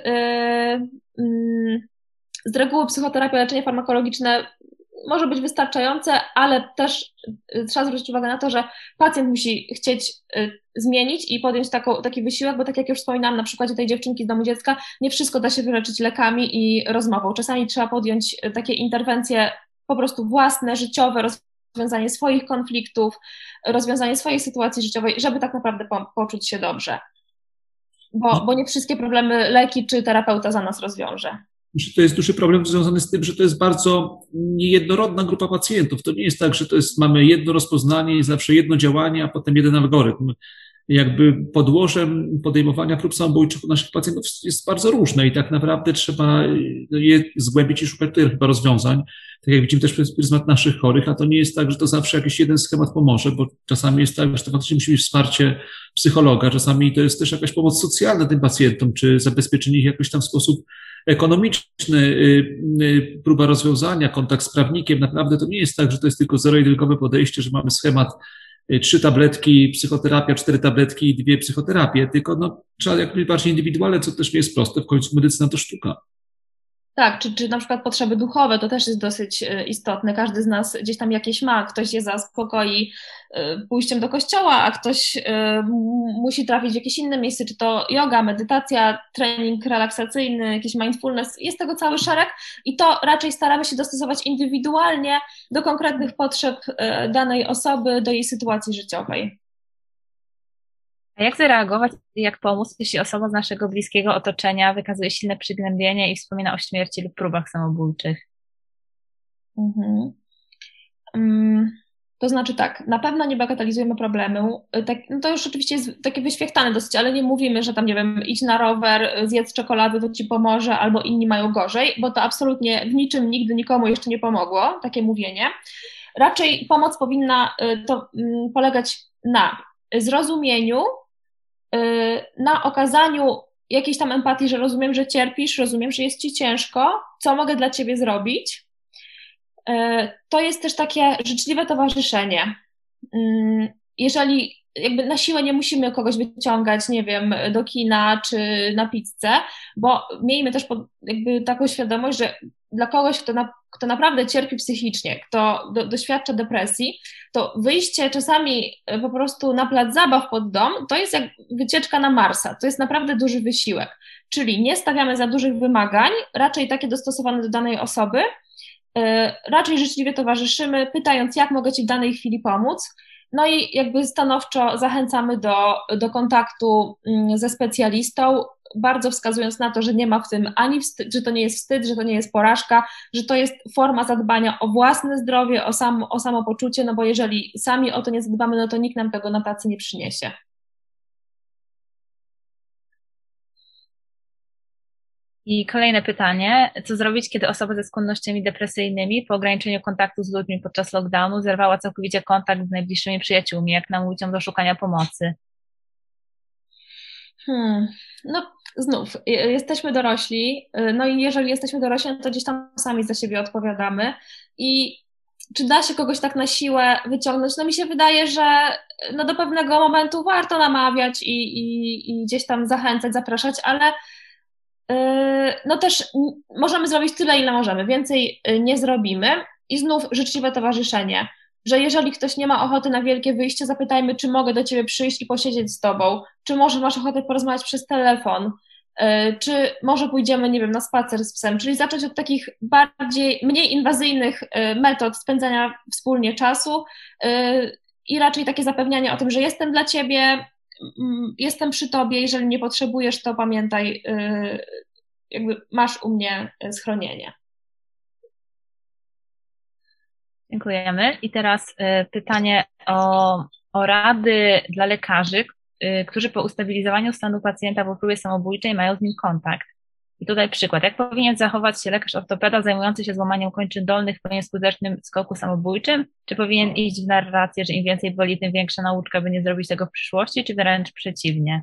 z reguły psychoterapia, leczenie farmakologiczne może być wystarczające, ale też trzeba zwrócić uwagę na to, że pacjent musi chcieć zmienić i podjąć taki wysiłek, bo tak jak już wspominałam na przykładzie tej dziewczynki z domu dziecka, nie wszystko da się wyleczyć lekami i rozmową. Czasami trzeba podjąć takie interwencje po prostu własne, życiowe, rozwiązanie swoich konfliktów, rozwiązanie swojej sytuacji życiowej, żeby tak naprawdę poczuć się dobrze. Bo nie wszystkie problemy leki czy terapeuta za nas rozwiąże. Myślę, że to jest duży problem związany z tym, że to jest bardzo niejednorodna grupa pacjentów. To nie jest tak, że mamy jedno rozpoznanie i zawsze jedno działanie, a potem jeden algorytm. Jakby podłożem podejmowania prób samobójczych u naszych pacjentów jest bardzo różne i tak naprawdę trzeba je zgłębić i szukać tutaj chyba rozwiązań. Tak jak widzimy też przez pryzmat naszych chorych, a to nie jest tak, że to zawsze jakiś jeden schemat pomoże, bo czasami jest tak, że to faktycznie musi być wsparcie psychologa, czasami to jest też jakaś pomoc socjalna tym pacjentom, czy zabezpieczenie ich jakoś tam w sposób ekonomiczny, próba rozwiązania, kontakt z prawnikiem. Naprawdę to nie jest tak, że to jest tylko zero-jedynkowe podejście, że mamy schemat 3 tabletki psychoterapia, 4 tabletki i 2 psychoterapie, tylko no, trzeba jak najbardziej indywidualne, co też nie jest proste, w końcu medycyna to sztuka. Tak, czy na przykład potrzeby duchowe, to też jest dosyć istotne. Każdy z nas gdzieś tam jakieś ma, ktoś je zaspokoi pójściem do kościoła, a ktoś musi trafić w jakieś inne miejsce, czy to yoga, medytacja, trening relaksacyjny, jakiś mindfulness, jest tego cały szereg i to raczej staramy się dostosować indywidualnie do konkretnych potrzeb danej osoby, do jej sytuacji życiowej. A jak zareagować i jak pomóc, jeśli osoba z naszego bliskiego otoczenia wykazuje silne przygnębienie i wspomina o śmierci lub próbach samobójczych? To znaczy tak, na pewno nie bagatelizujemy problemu. Tak, no to już oczywiście jest takie wyświechtane dosyć, ale nie mówimy, że tam, nie wiem, idź na rower, zjedz czekoladę, to ci pomoże, albo inni mają gorzej, bo to absolutnie w niczym nigdy nikomu jeszcze nie pomogło, takie mówienie. Raczej pomoc powinna polegać na zrozumieniu, na okazaniu jakiejś tam empatii, że rozumiem, że cierpisz, rozumiem, że jest ci ciężko, co mogę dla ciebie zrobić. To jest też takie życzliwe towarzyszenie. Jeżeli jakby na siłę nie musimy kogoś wyciągać, nie wiem, do kina czy na pizzę, bo miejmy też jakby taką świadomość, że dla kogoś, kto naprawdę cierpi psychicznie, kto doświadcza depresji, to wyjście czasami po prostu na plac zabaw pod dom, to jest jak wycieczka na Marsa, to jest naprawdę duży wysiłek. Czyli nie stawiamy za dużych wymagań, raczej takie dostosowane do danej osoby, raczej życzliwie towarzyszymy, pytając, jak mogę ci w danej chwili pomóc. No i jakby stanowczo zachęcamy do kontaktu ze specjalistą, bardzo wskazując na to, że nie ma w tym ani wstyd, że to nie jest wstyd, że to nie jest porażka, że to jest forma zadbania o własne zdrowie, o samopoczucie, no bo jeżeli sami o to nie zadbamy, no to nikt nam tego na pracy nie przyniesie. I kolejne pytanie, co zrobić, kiedy osoba ze skłonnościami depresyjnymi po ograniczeniu kontaktu z ludźmi podczas lockdownu zerwała całkowicie kontakt z najbliższymi przyjaciółmi, jak namówić ją do szukania pomocy? No znów, jesteśmy dorośli, no i jeżeli jesteśmy dorośli, to gdzieś tam sami za siebie odpowiadamy i czy da się kogoś tak na siłę wyciągnąć? No mi się wydaje, że no do pewnego momentu warto namawiać i gdzieś tam zachęcać, zapraszać, ale no też możemy zrobić tyle, ile możemy, więcej nie zrobimy i znów życzliwe towarzyszenie, że jeżeli ktoś nie ma ochoty na wielkie wyjście, zapytajmy, czy mogę do ciebie przyjść i posiedzieć z tobą, czy może masz ochotę porozmawiać przez telefon, czy może pójdziemy, nie wiem, na spacer z psem, czyli zacząć od takich mniej inwazyjnych metod spędzania wspólnie czasu i raczej takie zapewnianie o tym, że jestem dla ciebie, jestem przy tobie, jeżeli nie potrzebujesz, to pamiętaj, jakby masz u mnie schronienie. Dziękujemy. I teraz pytanie o rady dla lekarzy, którzy po ustabilizowaniu stanu pacjenta po próbie samobójczej mają z nim kontakt. I tutaj przykład. Jak powinien zachować się lekarz ortopeda zajmujący się złamaniem kończyn dolnych po nieskutecznym skoku samobójczym? Czy powinien iść w narrację, że im więcej boli, tym większa nauczka, by nie zrobić tego w przyszłości, czy wręcz przeciwnie?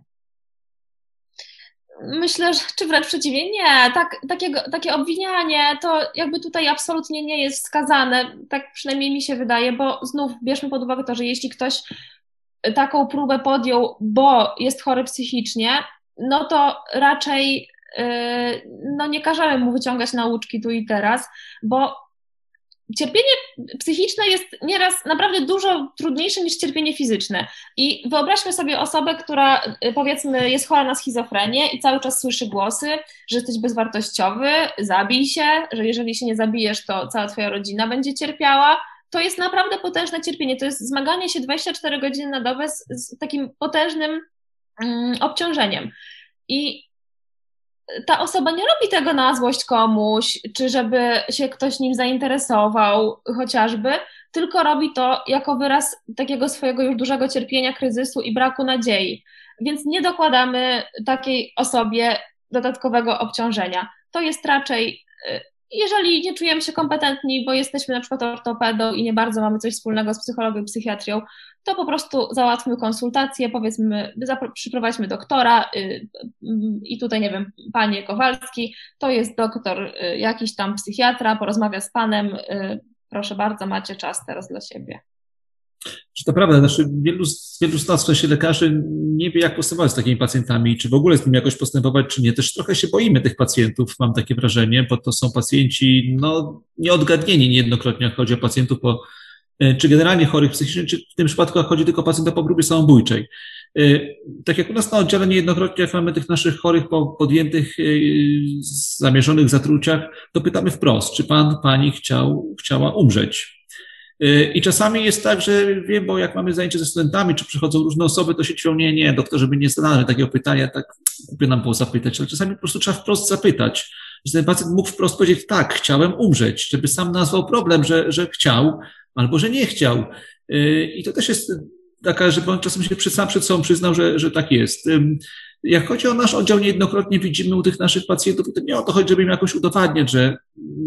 Myślę, że czy wręcz przeciwnie, nie. Takie obwinianie to jakby tutaj absolutnie nie jest wskazane, tak przynajmniej mi się wydaje, bo znów bierzmy pod uwagę to, że jeśli ktoś taką próbę podjął, bo jest chory psychicznie, no to raczej no nie każemy mu wyciągać nauczki tu i teraz, bo cierpienie psychiczne jest nieraz naprawdę dużo trudniejsze niż cierpienie fizyczne. I wyobraźmy sobie osobę, która powiedzmy jest chora na schizofrenię i cały czas słyszy głosy, że jesteś bezwartościowy, zabij się, że jeżeli się nie zabijesz, to cała twoja rodzina będzie cierpiała. To jest naprawdę potężne cierpienie. To jest zmaganie się 24 godziny na dobę z takim potężnym obciążeniem. I ta osoba nie robi tego na złość komuś, czy żeby się ktoś nim zainteresował chociażby, tylko robi to jako wyraz takiego swojego już dużego cierpienia, kryzysu i braku nadziei. Więc nie dokładamy takiej osobie dodatkowego obciążenia. To jest raczej, jeżeli nie czujemy się kompetentni, bo jesteśmy na przykład ortopedą i nie bardzo mamy coś wspólnego z psychologią i psychiatrią, to po prostu załatwmy konsultację, powiedzmy, przyprowadźmy doktora i tutaj, nie wiem, panie Kowalski, to jest doktor jakiś tam psychiatra, porozmawia z panem, proszę bardzo, macie czas teraz dla siebie. To prawda, znaczy wielu z nas, w sensie lekarzy, nie wie, jak postępować z takimi pacjentami, czy w ogóle z nimi jakoś postępować, czy nie. Też trochę się boimy tych pacjentów, mam takie wrażenie, bo to są pacjenci nieodgadnieni niejednokrotnie, jak chodzi o pacjentów czy generalnie chorych psychicznie, czy w tym przypadku jak chodzi tylko o pacjenta po próbie samobójczej. Tak jak u nas na oddziale niejednokrotnie, jak mamy tych naszych chorych po podjętych, zamierzonych zatruciach, to pytamy wprost, czy pan, pani chciała umrzeć. I czasami jest tak, że wiem, bo jak mamy zajęcia ze studentami, czy przychodzą różne osoby, to się ćwią, nie, doktorze, by nie zadano takiego pytania, tak głupio nam było zapytać, ale czasami po prostu trzeba wprost zapytać. Że ten pacjent mógł wprost powiedzieć, tak, chciałem umrzeć, żeby sam nazwał problem, że chciał albo że nie chciał. I to też jest taka, żeby on czasem się sam przed sobą przyznał, że tak jest. Jak chodzi o nasz oddział, niejednokrotnie widzimy u tych naszych pacjentów, to nie o to chodzi, żeby im jakoś udowadniać, że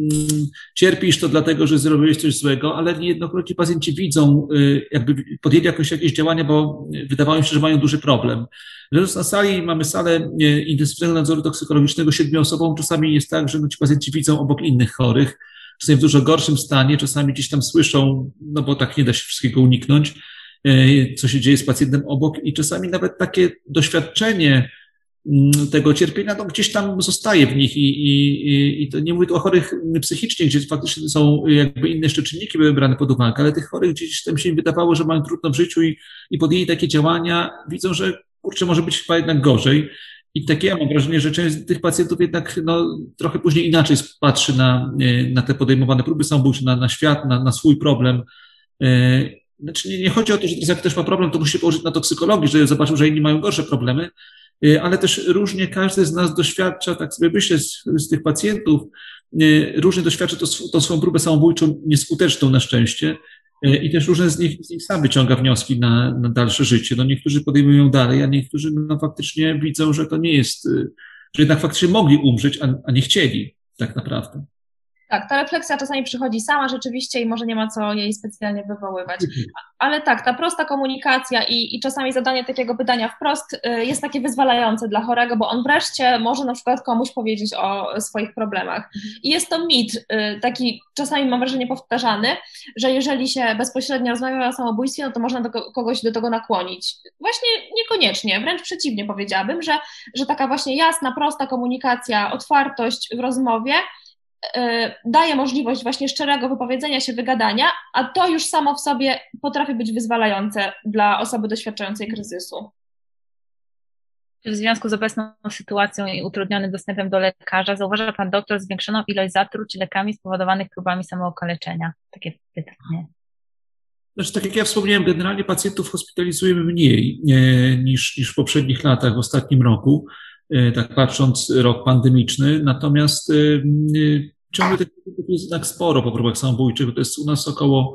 cierpisz to dlatego, że zrobiłeś coś złego, ale niejednokrotnie pacjenci widzą, jakby podjęli jakieś działania, bo wydawało im się, że mają duży problem. Leżąc na sali, mamy salę intensywnego nadzoru toksykologicznego 7-osobową, czasami jest tak, że ci pacjenci widzą obok innych chorych, czasami w dużo gorszym stanie, czasami gdzieś tam słyszą, no bo tak nie da się wszystkiego uniknąć, co się dzieje z pacjentem obok i czasami nawet takie doświadczenie tego cierpienia no, gdzieś tam zostaje w nich i to nie mówię tu o chorych psychicznie, gdzie faktycznie są jakby inne jeszcze czynniki były brane pod uwagę, ale tych chorych gdzieś tam się im wydawało, że mają trudno w życiu i podjęli takie działania, widzą, że kurczę, może być chyba jednak gorzej. I takie ja mam wrażenie, że część z tych pacjentów jednak no, trochę później inaczej patrzy na te podejmowane próby samobójcze, na świat, na swój problem. Znaczy nie chodzi o to, że teraz jak ktoś ma problem, to musi się położyć na toksykologii, że zobaczył, że inni mają gorsze problemy, ale też różnie każdy z nas doświadcza, tak sobie myślę, z tych pacjentów, różnie doświadcza tą swoją próbę samobójczą nieskuteczną na szczęście i też różne z nich sam wyciąga wnioski na dalsze życie. No niektórzy podejmują dalej, a niektórzy no faktycznie widzą, że to nie jest, że jednak faktycznie mogli umrzeć, a nie chcieli tak naprawdę. Tak, ta refleksja czasami przychodzi sama rzeczywiście i może nie ma co jej specjalnie wywoływać. Ale tak, ta prosta komunikacja i czasami zadanie takiego pytania wprost jest takie wyzwalające dla chorego, bo on wreszcie może na przykład komuś powiedzieć o swoich problemach. I jest to mit, taki czasami mam wrażenie powtarzany, że jeżeli się bezpośrednio rozmawia o samobójstwie, no to można kogoś do tego nakłonić. Właśnie niekoniecznie, wręcz przeciwnie powiedziałabym, że taka właśnie jasna, prosta komunikacja, otwartość w rozmowie daje możliwość właśnie szczerego wypowiedzenia się, wygadania, a to już samo w sobie potrafi być wyzwalające dla osoby doświadczającej kryzysu. Czy w związku z obecną sytuacją i utrudnionym dostępem do lekarza zauważa Pan doktor zwiększoną ilość zatruć lekami spowodowanych próbami samookaleczenia? Takie pytanie. Znaczy, tak jak ja wspomniałem, generalnie pacjentów hospitalizujemy mniej niż w poprzednich latach, w ostatnim roku. Tak patrząc rok pandemiczny, natomiast ciągle tych pacjentów jest jednak sporo po próbach samobójczych, to jest u nas około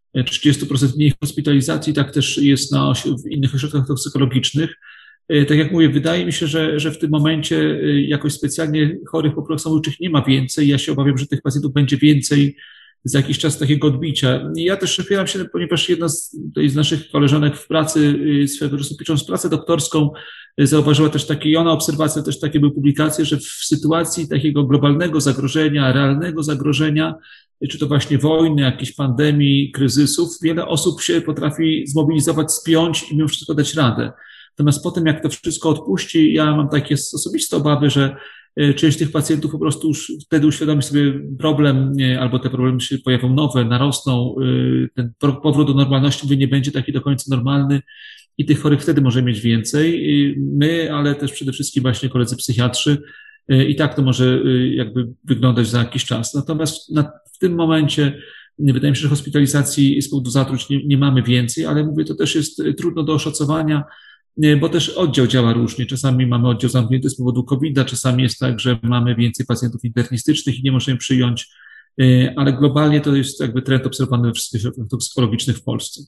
30% mniej hospitalizacji, tak też jest w innych ośrodkach toksykologicznych. Tak jak mówię, wydaje mi się, że w tym momencie jakoś specjalnie chorych po próbach samobójczych nie ma więcej. Ja się obawiam, że tych pacjentów będzie więcej za jakiś czas takiego odbicia. Ja też opieram się, ponieważ jedna z naszych koleżanek w pracy, swego czasu pisząc pracę doktorską, zauważyła też i ona obserwacja, też takie były publikacje, że w sytuacji takiego globalnego zagrożenia, realnego zagrożenia, czy to właśnie wojny, jakiejś pandemii, kryzysów, wiele osób się potrafi zmobilizować, spiąć i mimo wszystko dać radę. Natomiast potem, jak to wszystko odpuści, ja mam takie osobiste obawy, że część tych pacjentów po prostu już wtedy uświadomi sobie problem, albo te problemy się pojawią nowe, narosną, ten powrót do normalności nie będzie taki do końca normalny i tych chorych wtedy może mieć więcej. My, ale też przede wszystkim właśnie koledzy psychiatrzy i tak to może jakby wyglądać za jakiś czas. Natomiast w tym momencie wydaje mi się, że hospitalizacji z powodu zatruć nie mamy więcej, ale mówię, to też jest trudno do oszacowania, bo też oddział działa różnie. Czasami mamy oddział zamknięty z powodu COVID-a, czasami jest tak, że mamy więcej pacjentów internistycznych i nie możemy przyjąć, ale globalnie to jest jakby trend obserwowany we wszystkich ośrodkach toksykologicznych w Polsce.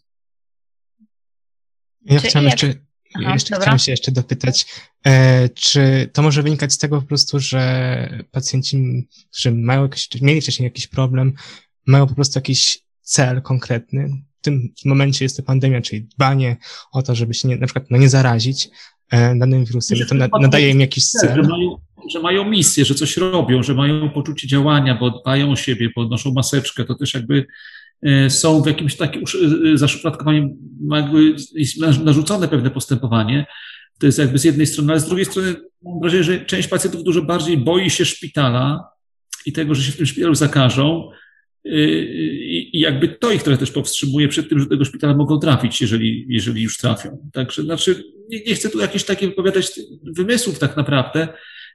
Ja chciałem się jeszcze dopytać, czy to może wynikać z tego po prostu, że pacjenci, którzy mieli wcześniej jakiś problem, mają po prostu jakiś cel konkretny. W tym momencie jest to pandemia, czyli dbanie o to, żeby się na przykład nie zarazić danym wirusem. To nadaje im jakiś cel. Że mają misję, że coś robią, że mają poczucie działania, bo dbają o siebie, bo noszą maseczkę. To też jakby są w jakimś takim zaszufladkowaniu, jakby jest narzucone pewne postępowanie. To jest jakby z jednej strony, ale z drugiej strony mam wrażenie, że część pacjentów dużo bardziej boi się szpitala i tego, że się w tym szpitalu zakażą. I jakby to ich trochę też powstrzymuje przed tym, że do tego szpitala mogą trafić, jeżeli już trafią. Także, nie chcę tu jakichś takich wypowiadać wymysłów tak naprawdę,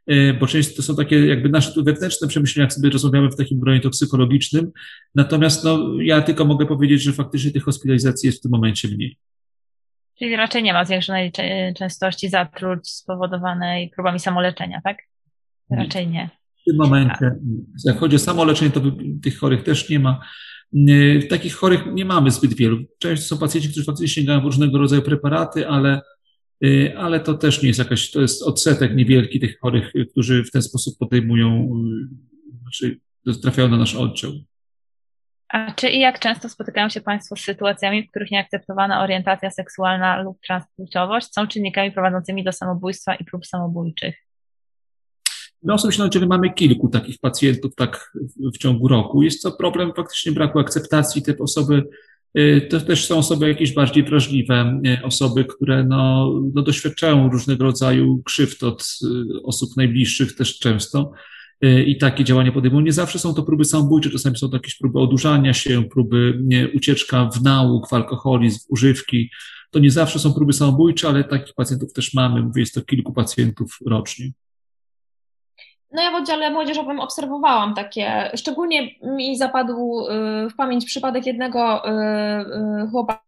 bo często to są takie jakby nasze tu wewnętrzne przemyślenia, jak sobie rozmawiamy w takim gronie toksykologicznym. Natomiast no, ja tylko mogę powiedzieć, że faktycznie tych hospitalizacji jest w tym momencie mniej. Czyli raczej nie ma zwiększonej częstości zatruć spowodowanej próbami samoleczenia, tak? Raczej nie. W tym momencie, jak chodzi o samoleczenie, to tych chorych też nie ma. Takich chorych nie mamy zbyt wielu. Często są pacjenci, którzy faktycznie sięgają po różnego rodzaju preparaty, ale to też nie jest jakaś, to jest odsetek niewielki tych chorych, którzy w ten sposób podejmują, znaczy trafiają na nasz oddział. A czy i jak często spotykają się Państwo z sytuacjami, w których nieakceptowana orientacja seksualna lub transpłciowość są czynnikami prowadzącymi do samobójstwa i prób samobójczych? My osobiście mamy kilku takich pacjentów tak w ciągu roku. Jest to problem faktycznie braku akceptacji. Te osoby, to też są osoby jakieś bardziej wrażliwe, osoby, które doświadczają różnego rodzaju krzywd od osób najbliższych też często i takie działania podejmują. Nie zawsze są to próby samobójcze, czasami są to jakieś próby odurzania się, próby ucieczka w nauk, w alkoholizm, w używki. To nie zawsze są próby samobójcze, ale takich pacjentów też mamy. Mówię, jest to kilku pacjentów rocznie. No ja w oddziale młodzieżowym obserwowałam takie, szczególnie mi zapadł w pamięć przypadek jednego chłopaka,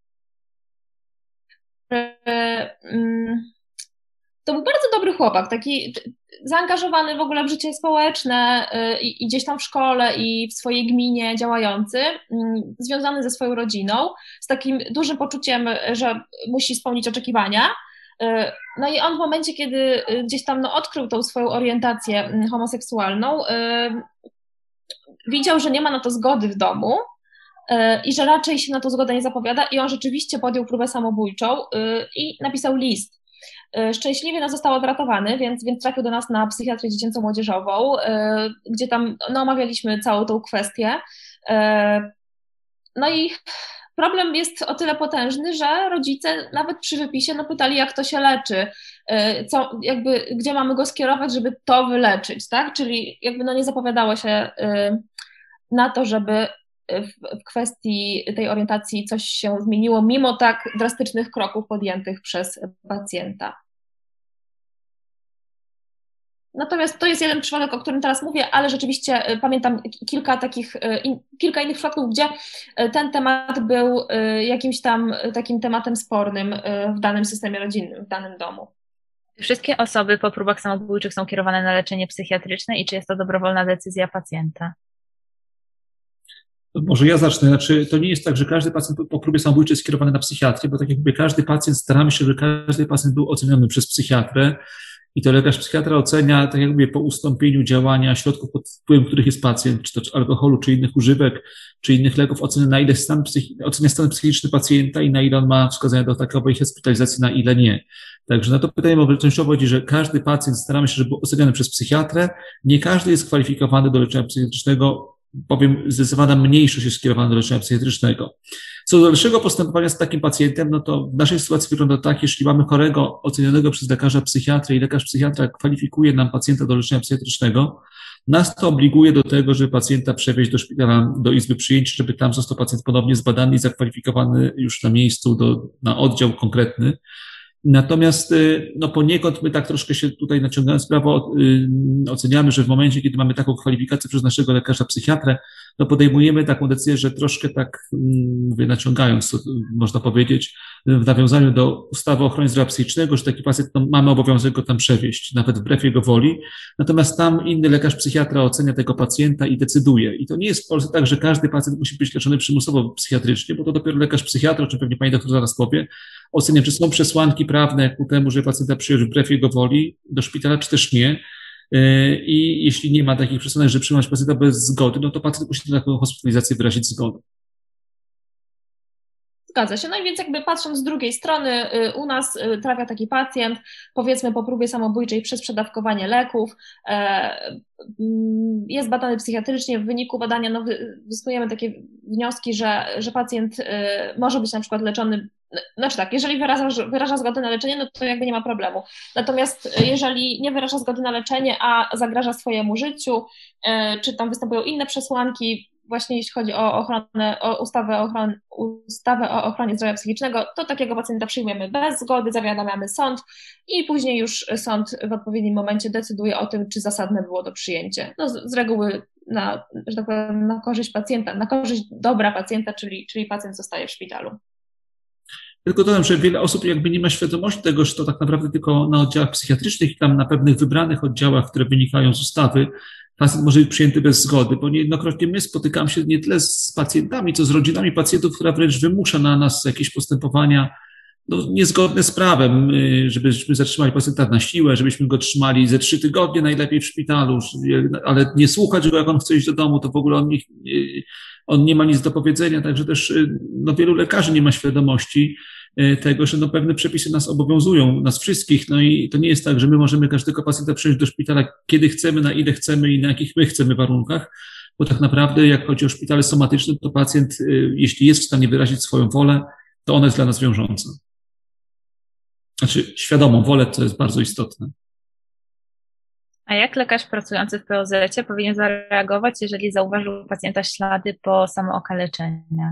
to był bardzo dobry chłopak, taki zaangażowany w ogóle w życie społeczne i gdzieś tam w szkole i w swojej gminie działający, związany ze swoją rodziną, z takim dużym poczuciem, że musi spełnić oczekiwania. No i on w momencie, kiedy gdzieś tam odkrył tą swoją orientację homoseksualną, widział, że nie ma na to zgody w domu i że raczej się na tą zgodę nie zapowiada i on rzeczywiście podjął próbę samobójczą i napisał list. Szczęśliwie został odratowany, więc trafił do nas na psychiatrię dziecięco-młodzieżową, gdzie tam omawialiśmy całą tą kwestię. No i problem jest o tyle potężny, że rodzice nawet przy wypisie pytali, jak to się leczy, gdzie mamy go skierować, żeby to wyleczyć, tak? Czyli nie zapowiadało się na to, żeby w kwestii tej orientacji coś się zmieniło, mimo tak drastycznych kroków podjętych przez pacjenta. Natomiast to jest jeden przypadek, o którym teraz mówię, ale rzeczywiście pamiętam kilka innych przypadków, gdzie ten temat był jakimś tam takim tematem spornym w danym systemie rodzinnym, w danym domu. Wszystkie osoby po próbach samobójczych są kierowane na leczenie psychiatryczne i czy jest to dobrowolna decyzja pacjenta? Może ja zacznę. Znaczy, to nie jest tak, że każdy pacjent po próbie samobójczej jest skierowany na psychiatrię, bo tak jak mówię, każdy pacjent, staramy się, żeby każdy pacjent był oceniony przez psychiatrę i to lekarz psychiatra ocenia, tak jak mówię, po ustąpieniu działania środków, pod wpływem których jest pacjent, czy to alkoholu, czy innych używek, czy innych leków, ocenia na ile ocenia stan psychiczny pacjenta i na ile on ma wskazania do takowej hospitalizacji, na ile nie. Także na to pytanie mogę częściowo powiedzieć, że każdy pacjent, staramy się, żeby był oceniany przez psychiatrę. Nie każdy jest kwalifikowany do leczenia psychiatrycznego, powiem, zdecydowana mniejszość jest skierowana do leczenia psychiatrycznego. Co do dalszego postępowania z takim pacjentem, to w naszej sytuacji wygląda tak, jeśli mamy chorego ocenionego przez lekarza psychiatrę i lekarz psychiatra kwalifikuje nam pacjenta do leczenia psychiatrycznego, nas to obliguje do tego, żeby pacjenta przewieźć do szpitala, do izby przyjęć, żeby tam został pacjent ponownie zbadany i zakwalifikowany już na miejscu na oddział konkretny. Natomiast poniekąd my tak troszkę się tutaj naciągając prawo oceniamy, że w momencie, kiedy mamy taką kwalifikację przez naszego lekarza psychiatrę, podejmujemy taką decyzję, że troszkę tak, mówię, naciągając, można powiedzieć, w nawiązaniu do ustawy o ochronie zdrowia psychicznego, że taki pacjent, mamy obowiązek go tam przewieźć, nawet wbrew jego woli. Natomiast tam inny lekarz psychiatra ocenia tego pacjenta i decyduje. I to nie jest w Polsce tak, że każdy pacjent musi być leczony przymusowo psychiatrycznie, bo to dopiero lekarz psychiatra, o czym pewnie pani doktor zaraz powie, ocenia, czy są przesłanki prawne ku temu, że pacjenta przyjąć wbrew jego woli do szpitala, czy też nie. I jeśli nie ma takich przesłanek, że przyjąć pacjenta bez zgody, to pacjent musi na taką hospitalizację wyrazić zgodę. Zgadza się. No i więc patrząc z drugiej strony, u nas trafia taki pacjent, powiedzmy po próbie samobójczej przez przedawkowanie leków, jest badany psychiatrycznie, w wyniku badania wyskujemy takie wnioski, że pacjent może być na przykład leczony, znaczy tak, jeżeli wyraża zgodę na leczenie, to nie ma problemu. Natomiast jeżeli nie wyraża zgody na leczenie, a zagraża swojemu życiu, czy tam występują inne przesłanki, właśnie jeśli chodzi o ustawę o ochronie zdrowia psychicznego, to takiego pacjenta przyjmujemy bez zgody, zawiadamiamy sąd i później już sąd w odpowiednim momencie decyduje o tym, czy zasadne było to przyjęcie. No, z reguły że tak powiem, na korzyść pacjenta, na korzyść dobra pacjenta, czyli pacjent zostaje w szpitalu. Tylko dodam, że wiele osób jakby nie ma świadomości tego, że to tak naprawdę tylko na oddziałach psychiatrycznych i tam na pewnych wybranych oddziałach, które wynikają z ustawy, pacjent może być przyjęty bez zgody, bo niejednokrotnie my spotykamy się nie tyle z pacjentami, co z rodzinami pacjentów, która wręcz wymusza na nas jakieś postępowania niezgodne z prawem, żebyśmy zatrzymali pacjenta na siłę, żebyśmy go trzymali ze 3 tygodnie najlepiej w szpitalu, ale nie słuchać go, jak on chce iść do domu, to w ogóle on nie ma nic do powiedzenia, także też wielu lekarzy nie ma świadomości tego, że pewne przepisy nas obowiązują, nas wszystkich, i to nie jest tak, że my możemy każdego pacjenta przyjąć do szpitala, kiedy chcemy, na ile chcemy i na jakich my chcemy warunkach, bo tak naprawdę jak chodzi o szpitale somatyczne, to pacjent, jeśli jest w stanie wyrazić swoją wolę, to ona jest dla nas wiążąca. Znaczy świadomą wolę, co jest bardzo istotne. A jak lekarz pracujący w POZ-cie powinien zareagować, jeżeli zauważył u pacjenta ślady po samookaleczeniu?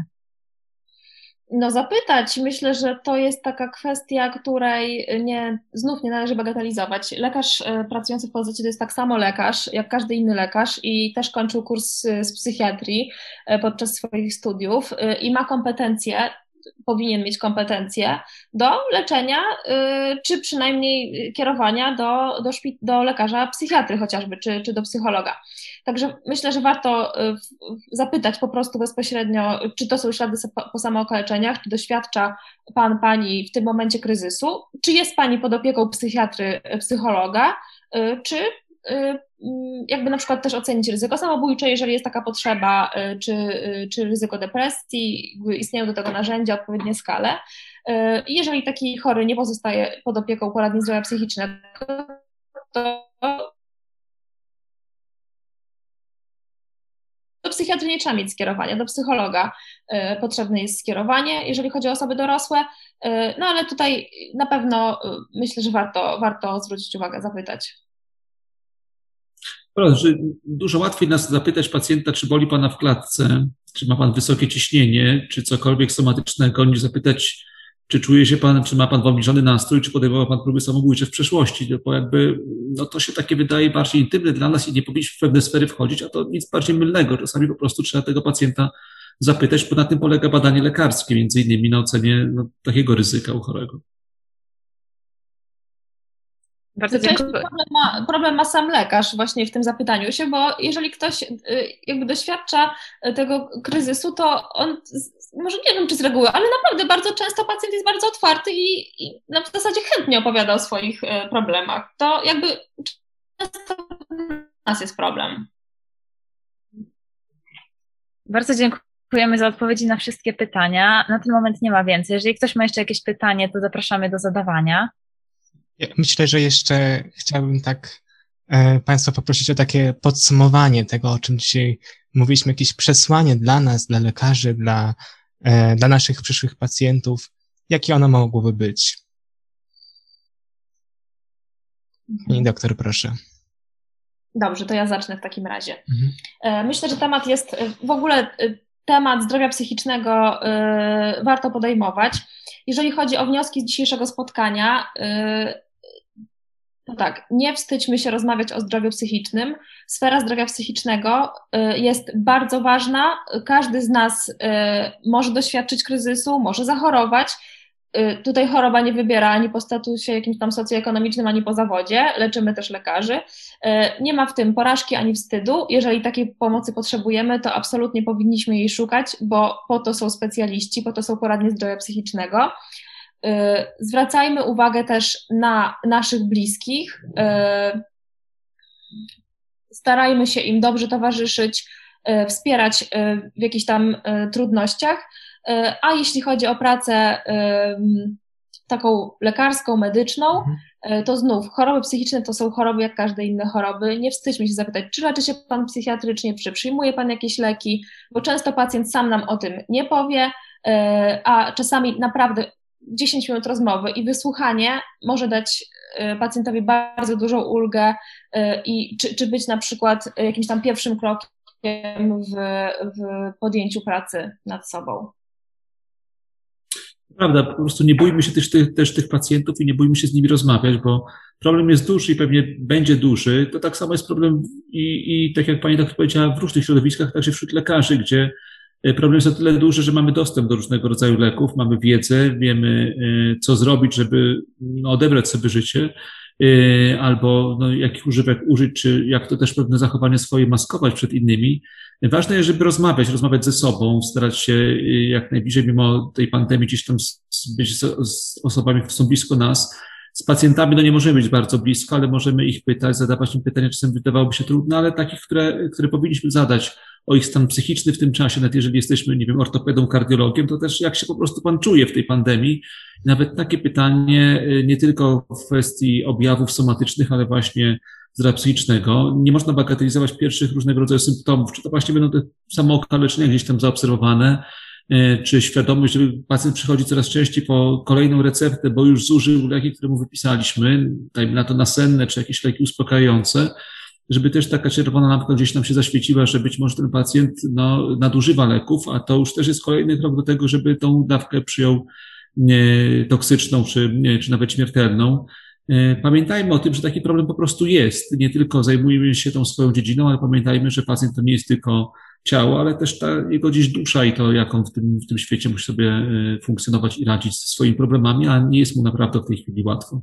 No zapytać. Myślę, że to jest taka kwestia, której znów nie należy bagatelizować. Lekarz pracujący w POZ-cie to jest tak samo lekarz, jak każdy inny lekarz i też kończył kurs z psychiatrii podczas swoich studiów i ma kompetencje, powinien mieć kompetencje do leczenia, czy przynajmniej kierowania do lekarza psychiatry chociażby, czy do psychologa. Także myślę, że warto zapytać po prostu bezpośrednio, czy to są ślady po samookaleczeniach, czy doświadcza pan, pani w tym momencie kryzysu, czy jest pani pod opieką psychiatry, psychologa, czy jakby na przykład też ocenić ryzyko samobójcze, jeżeli jest taka potrzeba, czy ryzyko depresji, istnieją do tego narzędzia, odpowiednie skale. Jeżeli taki chory nie pozostaje pod opieką poradni zdrowia psychicznego, to do psychiatry nie trzeba mieć skierowania, do psychologa potrzebne jest skierowanie, jeżeli chodzi o osoby dorosłe, ale tutaj na pewno myślę, że warto zwrócić uwagę, zapytać. Prawda, że dużo łatwiej nas zapytać pacjenta, czy boli pana w klatce, czy ma pan wysokie ciśnienie, czy cokolwiek somatycznego, niż zapytać, czy czuje się pan, czy ma pan obniżony nastrój, czy podejmował pan próby samobójcze w przeszłości, bo jakby to się takie wydaje bardziej intymne dla nas i nie powinniśmy w pewne sfery wchodzić, a to nic bardziej mylnego. Czasami po prostu trzeba tego pacjenta zapytać, bo na tym polega badanie lekarskie, między innymi na ocenie takiego ryzyka u chorego. Bardzo często problem ma sam lekarz właśnie w tym zapytaniu się, bo jeżeli ktoś jakby doświadcza tego kryzysu, to on, może nie wiem czy z reguły, ale naprawdę bardzo często pacjent jest bardzo otwarty i w zasadzie chętnie opowiada o swoich problemach. To jakby często u nas jest problem. Bardzo dziękujemy za odpowiedzi na wszystkie pytania. Na ten moment nie ma więcej. Jeżeli ktoś ma jeszcze jakieś pytanie, to zapraszamy do zadawania. Ja myślę, że jeszcze chciałbym Państwa poprosić o takie podsumowanie tego, o czym dzisiaj mówiliśmy, jakieś przesłanie dla nas, dla lekarzy, dla naszych przyszłych pacjentów. Jakie ono mogłoby być? Pani doktor, proszę. Dobrze, to ja zacznę w takim razie. Myślę, że temat jest, w ogóle temat zdrowia psychicznego warto podejmować. Jeżeli chodzi o wnioski z dzisiejszego spotkania, to tak, nie wstydźmy się rozmawiać o zdrowiu psychicznym. Sfera zdrowia psychicznego jest bardzo ważna. Każdy z nas może doświadczyć kryzysu, może zachorować. Tutaj choroba nie wybiera ani po statusie jakimś tam socjoekonomicznym, ani po zawodzie. Leczymy też lekarzy. Nie ma w tym porażki ani wstydu. Jeżeli takiej pomocy potrzebujemy, to absolutnie powinniśmy jej szukać, bo po to są specjaliści, po to są poradnie zdrowia psychicznego. Zwracajmy uwagę też na naszych bliskich. Starajmy się im dobrze towarzyszyć, wspierać w jakichś tam trudnościach. A jeśli chodzi o pracę taką lekarską, medyczną, to znów choroby psychiczne to są choroby jak każde inne choroby. Nie wstydźmy się zapytać, czy leczy się pan psychiatrycznie, czy przyjmuje pan jakieś leki, bo często pacjent sam nam o tym nie powie, a czasami naprawdę 10 minut rozmowy i wysłuchanie może dać pacjentowi bardzo dużą ulgę czy być na przykład jakimś tam pierwszym krokiem w podjęciu pracy nad sobą. Prawda, po prostu nie bójmy się też tych pacjentów i nie bójmy się z nimi rozmawiać, bo problem jest duży i pewnie będzie duży. To tak samo jest problem i tak jak pani doktor powiedziała, w różnych środowiskach, także wśród lekarzy, gdzie problem jest o tyle duży, że mamy dostęp do różnego rodzaju leków, mamy wiedzę, wiemy, co zrobić, żeby odebrać sobie życie, albo jakich używek użyć, czy jak to też pewne zachowanie swoje maskować przed innymi. Ważne jest, żeby rozmawiać ze sobą, starać się jak najbliżej, mimo tej pandemii, gdzieś tam być z osobami, które są blisko nas. Z pacjentami nie możemy być bardzo blisko, ale możemy ich pytać, zadawać im pytania, czasem wydawałoby się trudne, ale takich, które powinniśmy zadać o ich stan psychiczny w tym czasie, nawet jeżeli jesteśmy, nie wiem, ortopedą, kardiologiem, to też jak się po prostu pan czuje w tej pandemii. Nawet takie pytanie, nie tylko w kwestii objawów somatycznych, ale właśnie zdrowia psychicznego. Nie można bagatelizować pierwszych różnego rodzaju symptomów, czy to właśnie będą te samookaleczenia gdzieś tam zaobserwowane, czy świadomość, że pacjent przychodzi coraz częściej po kolejną receptę, bo już zużył leki, które mu wypisaliśmy, dajmy na to nasenne, czy jakieś leki uspokajające, żeby też taka czerwona lampka gdzieś nam się zaświeciła, że być może ten pacjent nadużywa leków, a to już też jest kolejny krok do tego, żeby tą dawkę przyjął toksyczną, czy nawet śmiertelną. Pamiętajmy o tym, że taki problem po prostu jest. Nie tylko zajmujemy się tą swoją dziedziną, ale pamiętajmy, że pacjent to nie jest tylko ciało, ale też ta jego gdzieś dusza i to, jak on w tym świecie musi sobie funkcjonować i radzić ze swoimi problemami, a nie jest mu naprawdę w tej chwili łatwo.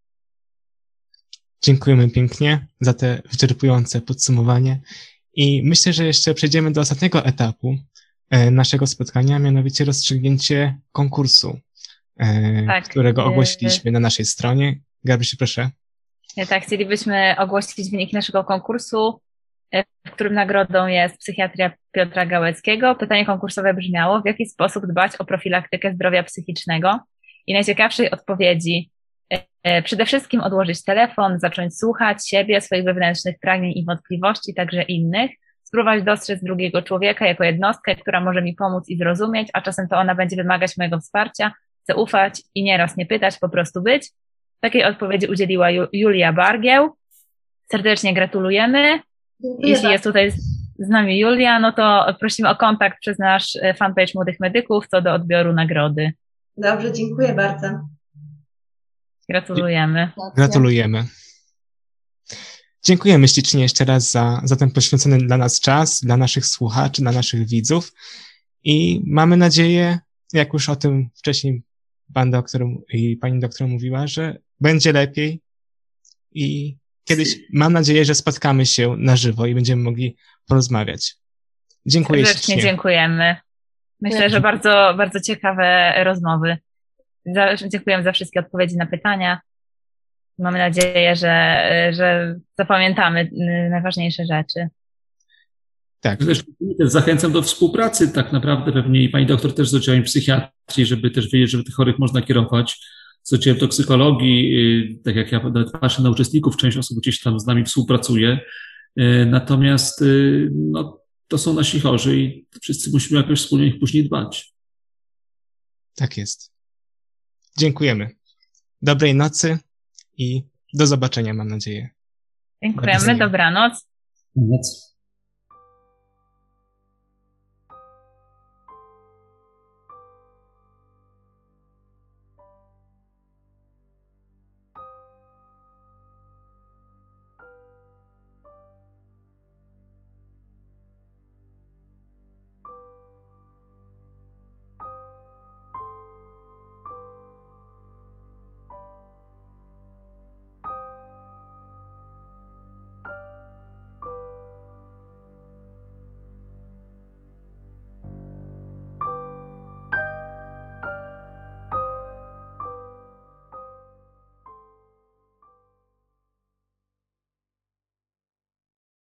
Dziękujemy pięknie za te wyczerpujące podsumowanie i myślę, że jeszcze przejdziemy do ostatniego etapu naszego spotkania, mianowicie rozstrzygnięcie konkursu, którego ogłosiliśmy na naszej stronie. Gabrysiu, proszę. Tak, chcielibyśmy ogłosić wyniki naszego konkursu, w którym nagrodą jest psychiatria Piotra Gałeckiego. Pytanie konkursowe brzmiało: w jaki sposób dbać o profilaktykę zdrowia psychicznego? I najciekawszej odpowiedzi: przede wszystkim odłożyć telefon, zacząć słuchać siebie, swoich wewnętrznych pragnień i wątpliwości, także innych, spróbować dostrzec drugiego człowieka jako jednostkę, która może mi pomóc i zrozumieć, a czasem to ona będzie wymagać mojego wsparcia, chcę ufać i nieraz nie pytać, po prostu być. Takiej odpowiedzi udzieliła Julia Bargieł. Serdecznie gratulujemy. Jeśli jest tutaj z nami Julia, no to prosimy o kontakt przez nasz fanpage Młodych Medyków co do odbioru nagrody. Dobrze, dziękuję bardzo. Gratulujemy. Gratulujemy. Dziękujemy ślicznie jeszcze raz za ten poświęcony dla nas czas, dla naszych słuchaczy, dla naszych widzów i mamy nadzieję, jak już o tym wcześniej pan doktor i pani doktor mówiła, że będzie lepiej i kiedyś mam nadzieję, że spotkamy się na żywo i będziemy mogli porozmawiać. Dziękuję serdecznie. Dziękujemy. Myślę, że bardzo, bardzo ciekawe rozmowy. Dziękujemy za wszystkie odpowiedzi na pytania. Mamy nadzieję, że zapamiętamy najważniejsze rzeczy. Tak. Zachęcam do współpracy tak naprawdę pewnie i pani doktor też z oddziałem psychiatrii, żeby też wiedzieć, że tych chorych można kierować z oddziałem toksykologii, tak jak ja patrzę na uczestników, część osób gdzieś tam z nami współpracuje. Natomiast to są nasi chorzy i wszyscy musimy jakoś wspólnie ich później dbać. Tak jest. Dziękujemy. Dobrej nocy i do zobaczenia, mam nadzieję. Dziękujemy. Dobranoc. Dobranoc.